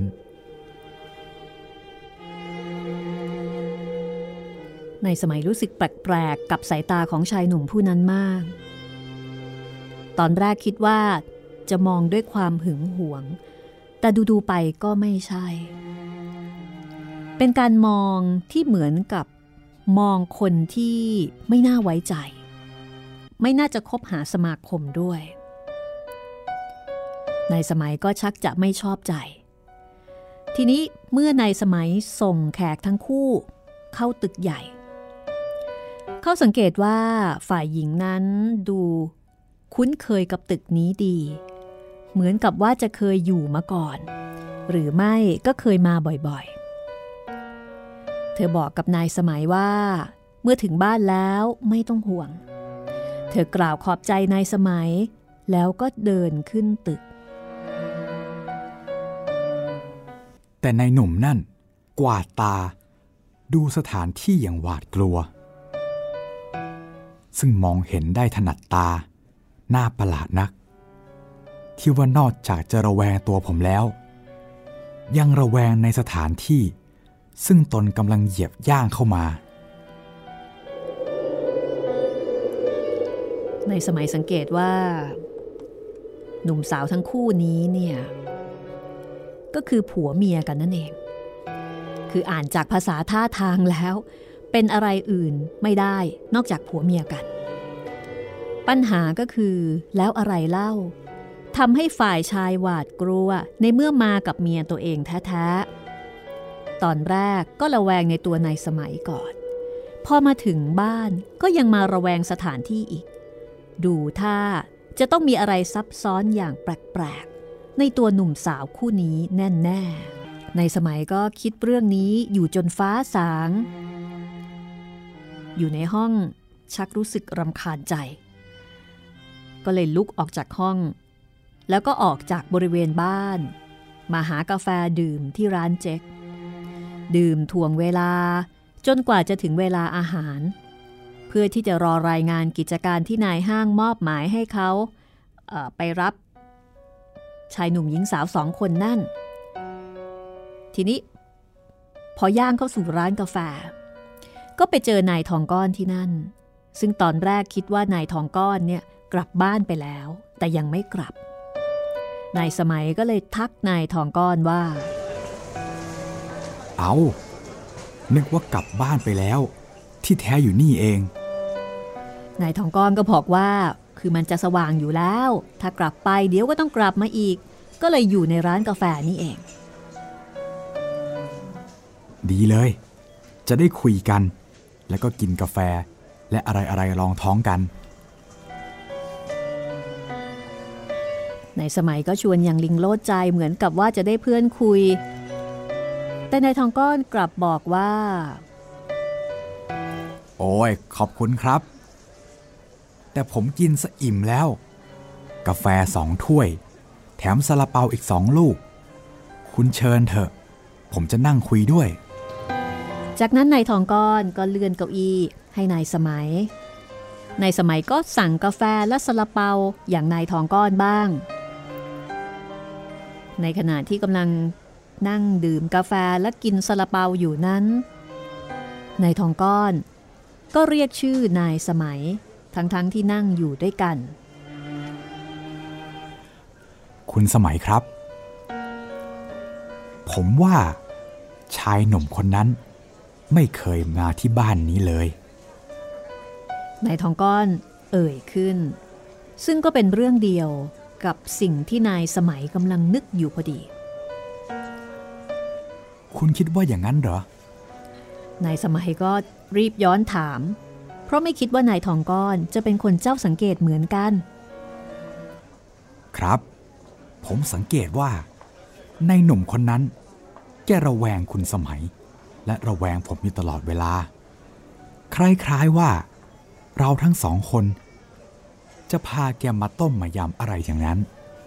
ในสมัยรู้สึกแปลกๆกับสายตาของชายหนุ่มผู้นั้นมากตอนแรกคิดว่าจะมองด้วยความหึงหวงแต่ดูๆไปก็ไม่ใช่เป็นการมองที่เหมือนกับมองคนที่ไม่น่าไว้ใจไม่น่าจะคบหาสมาคมด้วยในสมัยก็ชักจะไม่ชอบใจทีนี้เมื่อในสมัยส่งแขกทั้งคู่เข้าตึกใหญ่เขาสังเกตว่าฝ่ายหญิงนั้นดูคุ้นเคยกับตึกนี้ดีเหมือนกับว่าจะเคยอยู่มาก่อนหรือไม่ก็เคยมาบ่อยๆเธอบอกกับนายสมัยว่าเมื่อถึงบ้านแล้วไม่ต้องห่วงเธอกล่าวขอบใจนายสมัยแล้วก็เดินขึ้นตึกแต่นายหนุ่มนั่นกวาดตาดูสถานที่อย่างหวาดกลัวซึ่งมองเห็นได้ถนัดตาน่าประหลาดนักที่ว่านอกจากจะระแวงตัวผมแล้วยังระแวงในสถานที่ซึ่งตนกำลังเหยียบย่างเข้ามาในสมัยสังเกตว่าหนุ่มสาวทั้งคู่นี้เนี่ยก็คือผัวเมียกันนั่นเองคืออ่านจากภาษาท่าทางแล้วเป็นอะไรอื่นไม่ได้นอกจากผัวเมียกันปัญหาก็คือแล้วอะไรเล่าทำให้ฝ่ายชายหวาดกลัวในเมื่อมากับเมียตัวเองแท้ๆตอนแรกก็ระแวงในตัวนายสมัยก่อนพอมาถึงบ้านก็ยังมาระแวงสถานที่อีกดูท่าจะต้องมีอะไรซับซ้อนอย่างแปลกๆในตัวหนุ่มสาวคู่นี้แน่ๆในสมัยก็คิดเรื่องนี้อยู่จนฟ้าสางอยู่ในห้องชักรู้สึกรำคาญใจก็เลยลุกออกจากห้องแล้วก็ออกจากบริเวณบ้านมาหากาแฟดื่มที่ร้านเจ๊กดื่มถ่วงเวลาจนกว่าจะถึงเวลาอาหารเพื่อที่จะรอรายงานกิจการที่นายห้างมอบหมายให้เขาไปรับชายหนุ่มหญิงสาว2 คนนั่นทีนี้พอย่างเข้าสู่ร้านกาแฟก็ไปเจอนายทองก้อนที่นั่นซึ่งตอนแรกคิดว่านายทองก้อนเนี่ยกลับบ้านไปแล้วแต่ยังไม่กลับนายสมัยก็เลยทักนายทองก้อนว่าเอานึกว่ากลับบ้านไปแล้วที่แท้อยู่นี่เองนายทองก้อนก็บอกว่าคือมันจะสว่างอยู่แล้วถ้ากลับไปเดี๋ยวก็ต้องกลับมาอีกก็เลยอยู่ในร้านกาแฟนี่เองดีเลยจะได้คุยกันแล้วก็กินกาแฟและอะไรๆรองท้องกันในสมัยก็ชวนอย่างลิงโลดใจเหมือนกับว่าจะได้เพื่อนคุยแต่นายทองก้อนกลับบอกว่าโอ้ยขอบคุณครับแต่ผมกินซะอิ่มแล้วกาแฟ2 ถ้วยแถมซาลาเปาอีก2 ลูกคุณเชิญเถอะผมจะนั่งคุยด้วยจากนั้นนายทองก้อนก็เลื่อนเก้าอี้ให้นายสมัยนายสมัยก็สั่งกาแฟและซาลาเปาอย่างนายทองก้อนบ้างในขณะที่กำลังนั่งดื่มกาแฟและกินซาลาเปาอยู่นั้นนายทองก้อนก็เรียกชื่อนายสมัยทั้งที่นั่งอยู่ด้วยกันคุณสมัยครับผมว่าชายหนุ่มคนนั้นไม่เคยมาที่บ้านนี้เลยนายทองก้อนเอ่ยขึ้นซึ่งก็เป็นเรื่องเดียวกับสิ่งที่นายสมัยกำลังนึกอยู่พอดีคุณคิดว่าอย่างนั้นเหรอนายสมัยก็รีบย้อนถามเพราะไม่คิดว่านายทองก้อนจะเป็นคนเจ้าสังเกตเหมือนกันครับผมสังเกตว่าในหนุ่มคนนั้นแกระแวงคุณสมัยและระแวงผมอยู่ตลอดเวลาคล้ายๆว่าเราทั้ง2 คนจะพาแกมาต้มมายำอะไรอย่างนั้น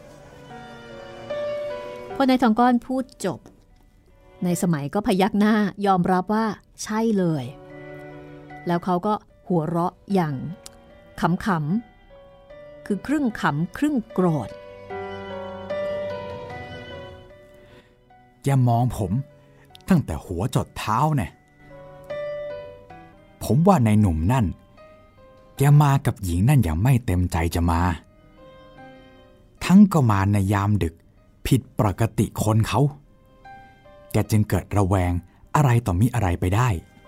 พอนายทองก้อนพูดจบนายสมัยก็พยักหน้ายอมรับว่าใช่เลยแล้วเขาก็หัวเราะอย่างขำๆคือครึ่งขำครึ่งโกรธแกมองผมตั้งแต่หัวจดเท้าเนี่ยผมว่าในหนุ่มนั่นแกมากับหญิงนั่นอย่างไม่เต็มใจจะมาทั้งก็มาในยามดึกผิดปกติคนเขาแกจึงเกิดระแวงอะไรต่อมิอะไรไปได้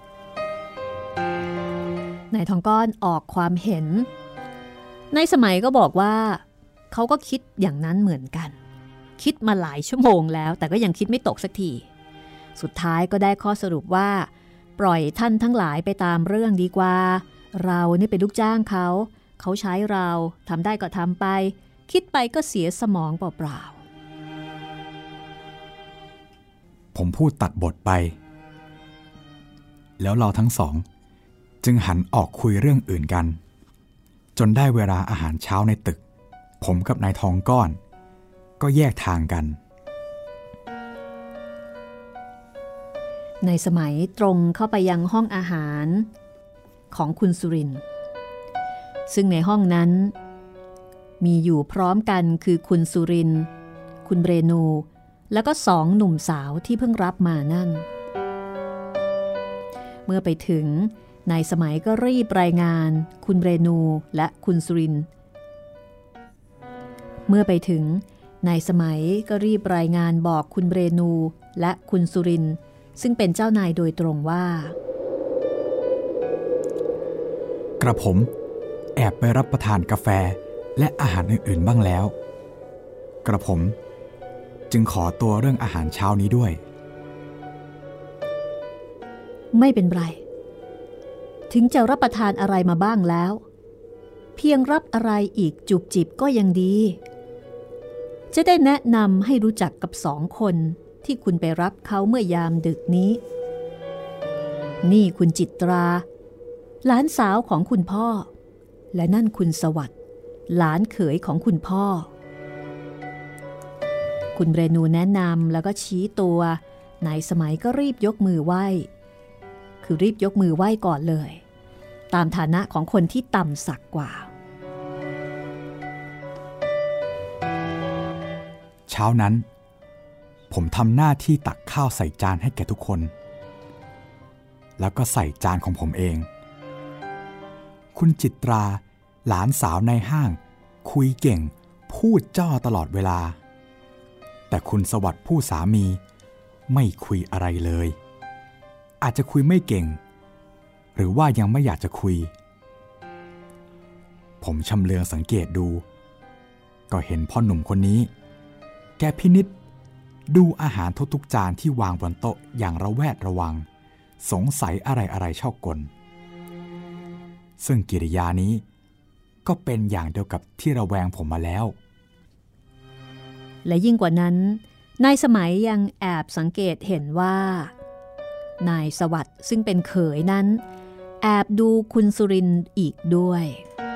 นายทองก้อนออกความเห็นในสมัยก็บอกว่าเขาก็คิดอย่างนั้นเหมือนกันคิดมาหลายชั่วโมงแล้วแต่ก็ยังคิดไม่ตกสักทีสุดท้ายก็ได้ข้อสรุปว่าปล่อยท่านทั้งหลายไปตามเรื่องดีกว่าเรานี่เป็นลูกจ้างเขาใช้เราทำได้ก็ทำไปคิดไปก็เสียสมองเปล่าๆผมพูดตัดบทไปแล้วเราทั้ง2จึงหันออกคุยเรื่องอื่นกันจนได้เวลาอาหารเช้าในตึกผมกับนายทองก้อนก็แยกทางกันในสมัยตรงเข้าไปยังห้องอาหารของคุณสุรินทร์ซึ่งในห้องนั้นมีอยู่พร้อมกันคือคุณสุรินทร์คุณเรนูแล้วก็2 หนุ่มสาวที่เพิ่งรับมานั่นเมื่อไปถึงนายสมัยก็รีบรายงานคุณเรนูและคุณสุรินทร์เมื่อไปถึงนายสมัยก็รีบรายงานบอกคุณเรนูและคุณสุรินทร์ซึ่งเป็นเจ้านายโดยตรงว่ากระผมแอบไปรับประทานกาแฟและอาหารอื่นๆบ้างแล้วกระผมจึงขอตัวเรื่องอาหารเช้านี้ด้วยไม่เป็นไรถึงจะรับประทานอะไรมาบ้างแล้วเพียงรับอะไรอีกจุบจิบก็ยังดีจะได้แนะนำให้รู้จักกับ2 คนที่คุณไปรับเขาเมื่อยามดึกนี้นี่คุณจิตราหลานสาวของคุณพ่อและนั่นคุณสวัสดิ์หลานเขยของคุณพ่อคุณเรนูแนะนำแล้วก็ชี้ตัวนายสมัยก็รีบยกมือไหว้คือรีบยกมือไหว้ก่อนเลยตามฐานะของคนที่ต่ำสักกว่าเช้านั้นผมทำหน้าที่ตักข้าวใส่จานให้แก่ทุกคนแล้วก็ใส่จานของผมเองคุณจิตราหลานสาวในห้างคุยเก่งพูดจ้อตลอดเวลาแต่คุณสวัสดิ์ผู้สามีไม่คุยอะไรเลยอาจจะคุยไม่เก่งหรือว่ายังไม่อยากจะคุยผมชำเลืองสังเกตดูก็เห็นพ่อหนุ่มคนนี้แกพินิจดูอาหารทุกๆจานที่วางบนโต๊ะอย่างระแวดระวังสงสัยอะไรๆชอบกลซึ่งกิริยานี้ก็เป็นอย่างเดียวกับที่ระแวงผมมาแล้วและยิ่งกว่านั้นนายสมัยยังแอบสังเกตเห็นว่านายสวัสดิ์ซึ่งเป็นเขยนั้นแอบดูคุณสุรินทร์อีกด้วย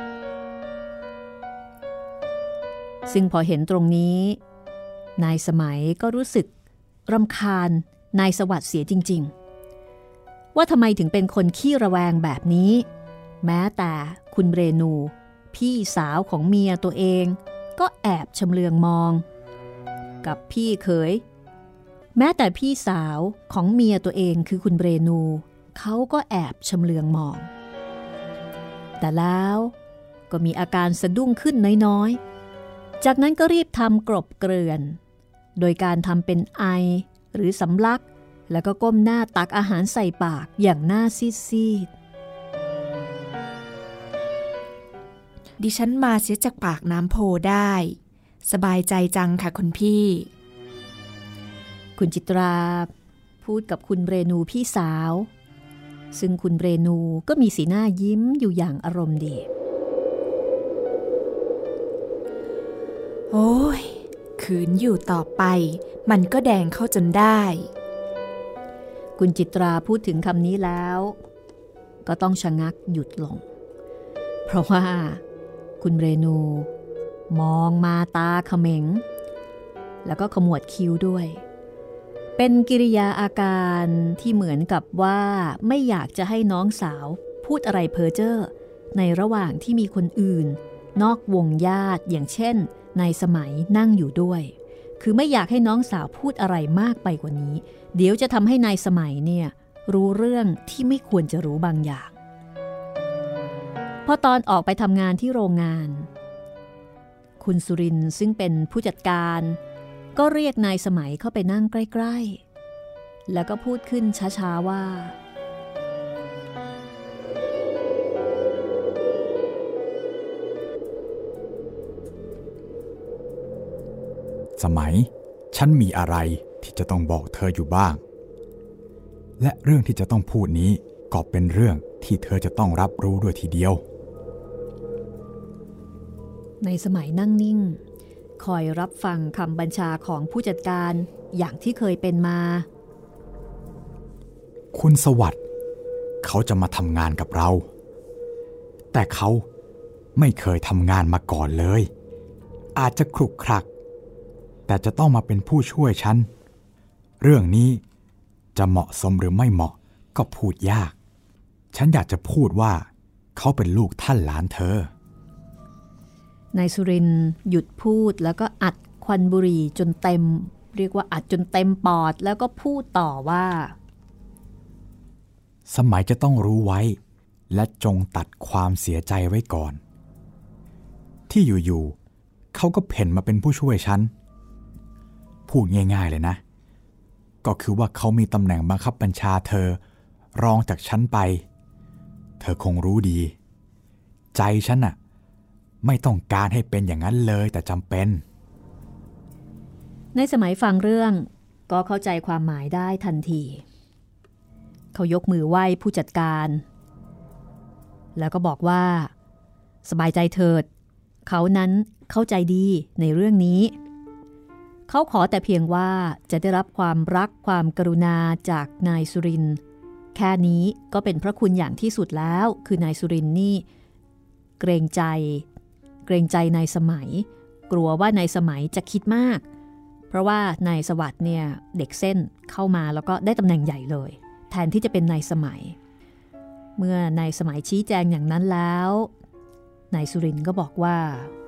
ซึ่งพอเห็นตรงนี้นายสมัยก็รู้สึกรำคาญนายสวัสดิ์เสียจริงๆว่าทำไมถึงเป็นคนขี้ระแวงแบบนี้แม้แต่คุณเรนูพี่สาวของเมียตัวเองก็แอบชำเลืองมองกับพี่เขยแม้แต่พี่สาวของเมียตัวเองคือคุณเรนูเขาก็แอบชำเลืองมองแต่แล้วก็มีอาการสะดุ้งขึ้นน้อยๆจากนั้นก็รีบทำกลบเกลื่อนโดยการทำเป็นไอหรือสำลักแล้วก็ก้มหน้าตักอาหารใส่ปากอย่างหน้าซีดๆดิฉันมาเสียจากปากน้ำโพได้สบายใจจังค่ะคุณพี่คุณจิตราพูดกับคุณเรนูพี่สาวซึ่งคุณเรนูก็มีสีหน้ายิ้มอยู่อย่างอารมณ์ดีโอ้ยขืนอยู่ต่อไปมันก็แดงเข้าจนได้คุณจิตราพูดถึงคำนี้แล้วก็ต้องชะงักหยุดลงเพราะว่าคุณเรนูมองมาตาเขม็งแล้วก็ขมวดคิ้วด้วยเป็นกิริยาอาการที่เหมือนกับว่าไม่อยากจะให้น้องสาวพูดอะไรเพ้อเจ้อในระหว่างที่มีคนอื่นนอกวงญาติอย่างเช่นนายสมัยนั่งอยู่ด้วยคือไม่อยากให้น้องสาวพูดอะไรมากไปกว่านี้เดี๋ยวจะทำให้นายสมัยเนี่ยรู้เรื่องที่ไม่ควรจะรู้บางอย่างพอตอนออกไปทำงานที่โรงงานคุณสุรินทร์ซึ่งเป็นผู้จัดการก็เรียกนายสมัยเข้าไปนั่งใกล้ๆแล้วก็พูดขึ้นช้าๆว่าสมัยฉันมีอะไรที่จะต้องบอกเธออยู่บ้างและเรื่องที่จะต้องพูดนี้ก็เป็นเรื่องที่เธอจะต้องรับรู้ด้วยทีเดียวในสมัยนั่งนิ่งคอยรับฟังคำบัญชาของผู้จัดการอย่างที่เคยเป็นมาคุณสวัสดิ์เขาจะมาทำงานกับเราแต่เขาไม่เคยทำงานมาก่อนเลยอาจจะคลุกคลักแต่จะต้องมาเป็นผู้ช่วยฉันเรื่องนี้จะเหมาะสมหรือไม่เหมาะก็พูดยากฉันอยากจะพูดว่าเขาเป็นลูกท่านหลานเธอนายสุรินทร์หยุดพูดแล้วก็อัดควันบุหรี่จนเต็มเรียกว่าอัดจนเต็มปอดแล้วก็พูดต่อว่าสมัยจะต้องรู้ไว้และจงตัดความเสียใจไว้ก่อนที่อยู่ๆเขาก็เพ่นมาเป็นผู้ช่วยฉันพูดง่ายๆเลยนะก็คือว่าเขามีตำแหน่งบังคับบัญชาเธอรองจากฉันไปเธอคงรู้ดีใจฉันน่ะไม่ต้องการให้เป็นอย่างนั้นเลยแต่จำเป็นในสมัยฟังเรื่องก็เข้าใจความหมายได้ทันทีเขายกมือไหว้ผู้จัดการแล้วก็บอกว่าสบายใจเถิดเขานั้นเข้าใจดีในเรื่องนี้เขาขอแต่เพียงว่าจะได้รับความรักความกรุณาจากนายสุรินทร์แค่นี้ก็เป็นพระคุณอย่างที่สุดแล้วคือนายสุรินทร์นี่เกรงใจนายสมัยกลัวว่านายสมัยจะคิดมากเพราะว่านายสวัสดิ์เนี่ยเด็กเส้นเข้ามาแล้วก็ได้ตำแหน่งใหญ่เลยแทนที่จะเป็นนายสมัยเมื่อนายสมัยชี้แจงอย่างนั้นแล้วนายสุรินทร์ก็บอกว่า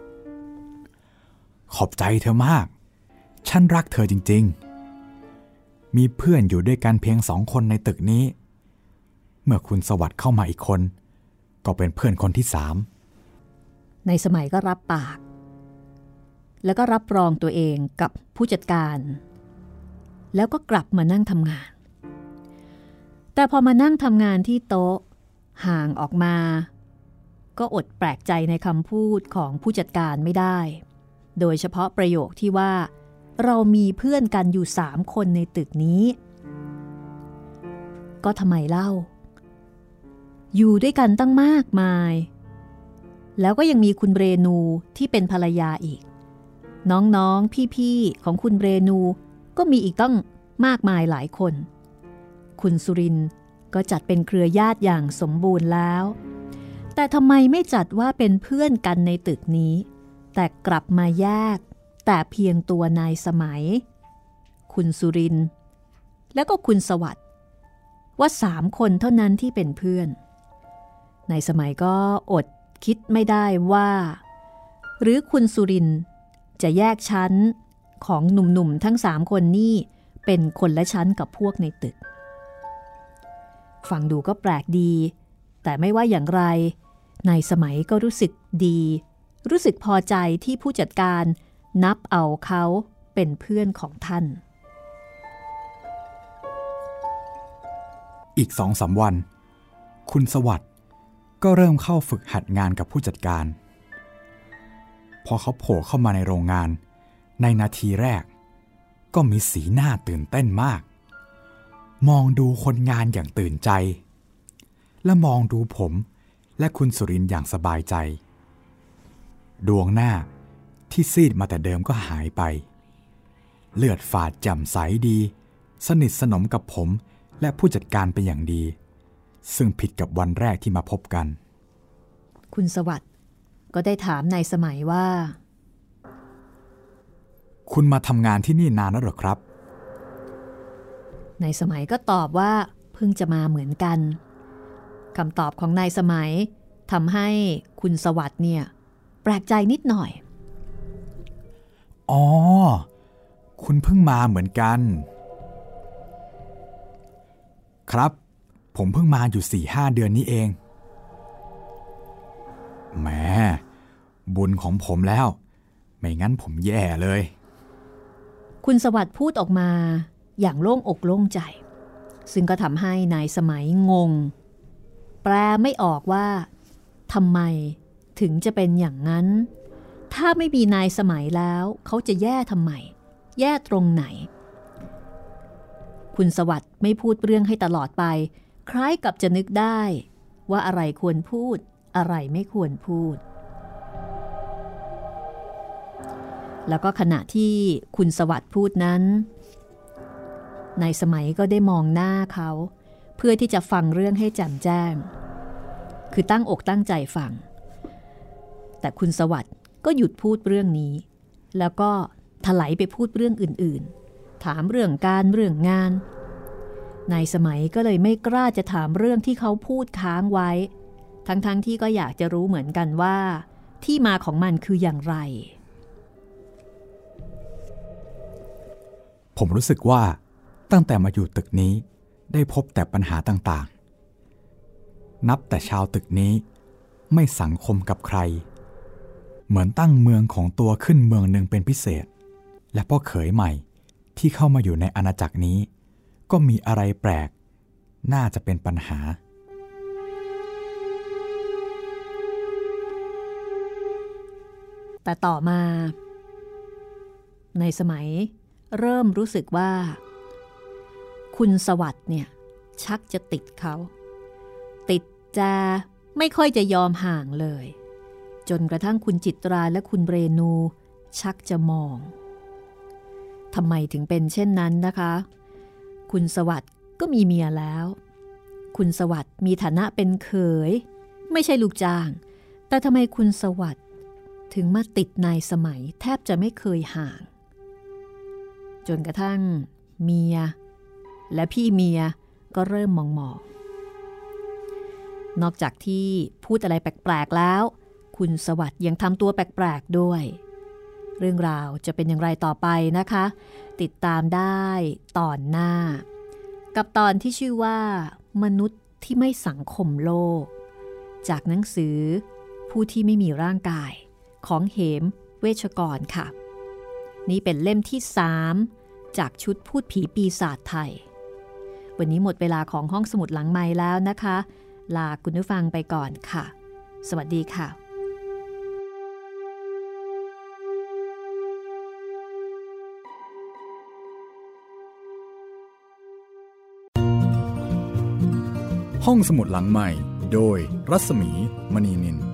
ขอบใจเธอมากฉันรักเธอจริงๆมีเพื่อนอยู่ด้วยกันเพียง2 คนในตึกนี้เมื่อคุณสวัสดิ์เข้ามาอีกคนก็เป็นเพื่อนคนที่3 นายสมัยก็รับปากแล้วก็รับรองตัวเองกับผู้จัดการแล้วก็กลับมานั่งทำงานแต่พอมานั่งทำงานที่โต๊ะห่างออกมาก็อดแปลกใจในคำพูดของผู้จัดการไม่ได้โดยเฉพาะประโยคที่ว่าเรามีเพื่อนกันอยู่3 คนในตึกนี้ก็ทำไมเล่าอยู่ด้วยกันตั้งมากมายแล้วก็ยังมีคุณเรนูที่เป็นภรรยาอีกน้องๆพี่ๆของคุณเรนูก็มีอีกตั้งมากมายหลายคนคุณสุรินทร์ก็จัดเป็นเครือญาติอย่างสมบูรณ์แล้วแต่ทำไมไม่จัดว่าเป็นเพื่อนกันในตึกนี้แต่กลับมาแยกแต่เพียงตัวนายสมัยคุณสุรินทร์แล้วก็คุณสวัสดิ์ว่า3 คนเท่านั้นที่เป็นเพื่อนนายสมัยก็อดคิดไม่ได้ว่าหรือคุณสุรินทร์จะแยกชั้นของหนุ่มๆทั้ง3 คนนี่เป็นคนละชั้นกับพวกในตึกฟังดูก็แปลกดีแต่ไม่ว่าอย่างไรนายสมัยก็รู้สึกดีรู้สึกพอใจที่ผู้จัดการนับเอาเขาเป็นเพื่อนของท่านอีก 2-3 วันคุณสวัสดิ์ก็เริ่มเข้าฝึกหัดงานกับผู้จัดการพอเขาโผล่เข้ามาในโรงงานในนาทีแรกก็มีสีหน้าตื่นเต้นมากมองดูคนงานอย่างตื่นใจและมองดูผมและคุณสุรินทร์อย่างสบายใจดวงหน้าที่ซีดมาแต่เดิมก็หายไปเลือดฝาดแจ่มใสดีสนิทสนมกับผมและผู้จัดการเป็นอย่างดีซึ่งผิดกับวันแรกที่มาพบกันคุณสวัสดิ์ก็ได้ถามนายสมัยว่าคุณมาทำงานที่นี่นานแล้วหรอครับนายสมัยก็ตอบว่าเพิ่งจะมาเหมือนกันคำตอบของนายสมัยทำให้คุณสวัสดิ์เนี่ยแปลกใจนิดหน่อยอ๋อคุณเพิ่งมาเหมือนกันครับผมเพิ่งมาอยู่ 4-5 เดือนนี้เองแหมบุญของผมแล้วไม่งั้นผมแย่เลยคุณสวัสดิ์พูดออกมาอย่างโล่งอกโล่งใจซึ่งก็ทำให้นายสมัยงงแปลไม่ออกว่าทำไมถึงจะเป็นอย่างนั้นถ้าไม่มีนายสมัยแล้วเขาจะแย่ทำไมแย่ตรงไหนคุณสวัสดิ์ไม่พูดเรื่องให้ตลอดไปคล้ายกับจะนึกได้ว่าอะไรควรพูดอะไรไม่ควรพูดแล้วก็ขณะที่คุณสวัสดิ์พูดนั้นนายสมัยก็ได้มองหน้าเขาเพื่อที่จะฟังเรื่องให้แจ่มแจ้งคือตั้งอกตั้งใจฟังแต่คุณสวัสดิ์ก็หยุดพูดเรื่องนี้แล้วก็ถลายไปพูดเรื่องอื่นๆถามเรื่องการเรื่องงานนายสมัยก็เลยไม่กล้าจะถามเรื่องที่เขาพูดค้างไว้ทั้งที่ก็อยากจะรู้เหมือนกันว่าที่มาของมันคืออย่างไรผมรู้สึกว่าตั้งแต่มาอยู่ตึกนี้ได้พบแต่ปัญหาต่างๆนับแต่ชาวตึกนี้ไม่สังคมกับใครเหมือนตั้งเมืองของตัวขึ้นเมืองหนึ่งเป็นพิเศษและพ่อเขยใหม่ที่เข้ามาอยู่ในอาณาจักรนี้ก็มีอะไรแปลกน่าจะเป็นปัญหาแต่ต่อมาในสมัยเริ่มรู้สึกว่าคุณสวัสดิ์เนี่ยชักจะติดเขาติดจะไม่ค่อยจะยอมห่างเลยจนกระทั่งคุณจิตราและคุณเรนูชักจะมองทำไมถึงเป็นเช่นนั้นนะคะคุณสวัสดิ์ก็มีเมียแล้วคุณสวัสดิ์มีฐานะเป็นเขยไม่ใช่ลูกจ้างแต่ทำไมคุณสวัสดิ์ถึงมาติดนายสมัยแทบจะไม่เคยห่างจนกระทั่งเมียและพี่เมียก็เริ่มมองนอกจากที่พูดอะไรแปลกๆแล้วคุณสวัสดิ์ยังทำตัวแปลกๆด้วยเรื่องราวจะเป็นอย่างไรต่อไปนะคะติดตามได้ตอนหน้ากับตอนที่ชื่อว่ามนุษย์ที่ไม่สังคมโลกจากหนังสือผู้ที่ไม่มีร่างกายของเหมเวชกรค่ะนี่เป็นเล่มที่3จากชุดพูดผีปีศาจไทยวันนี้หมดเวลาของห้องสมุดหลังไมค์แล้วนะคะลาคุณผู้ฟังไปก่อนค่ะสวัสดีค่ะห้องสมุดหลังใหม่โดยรัศมีมณีนิน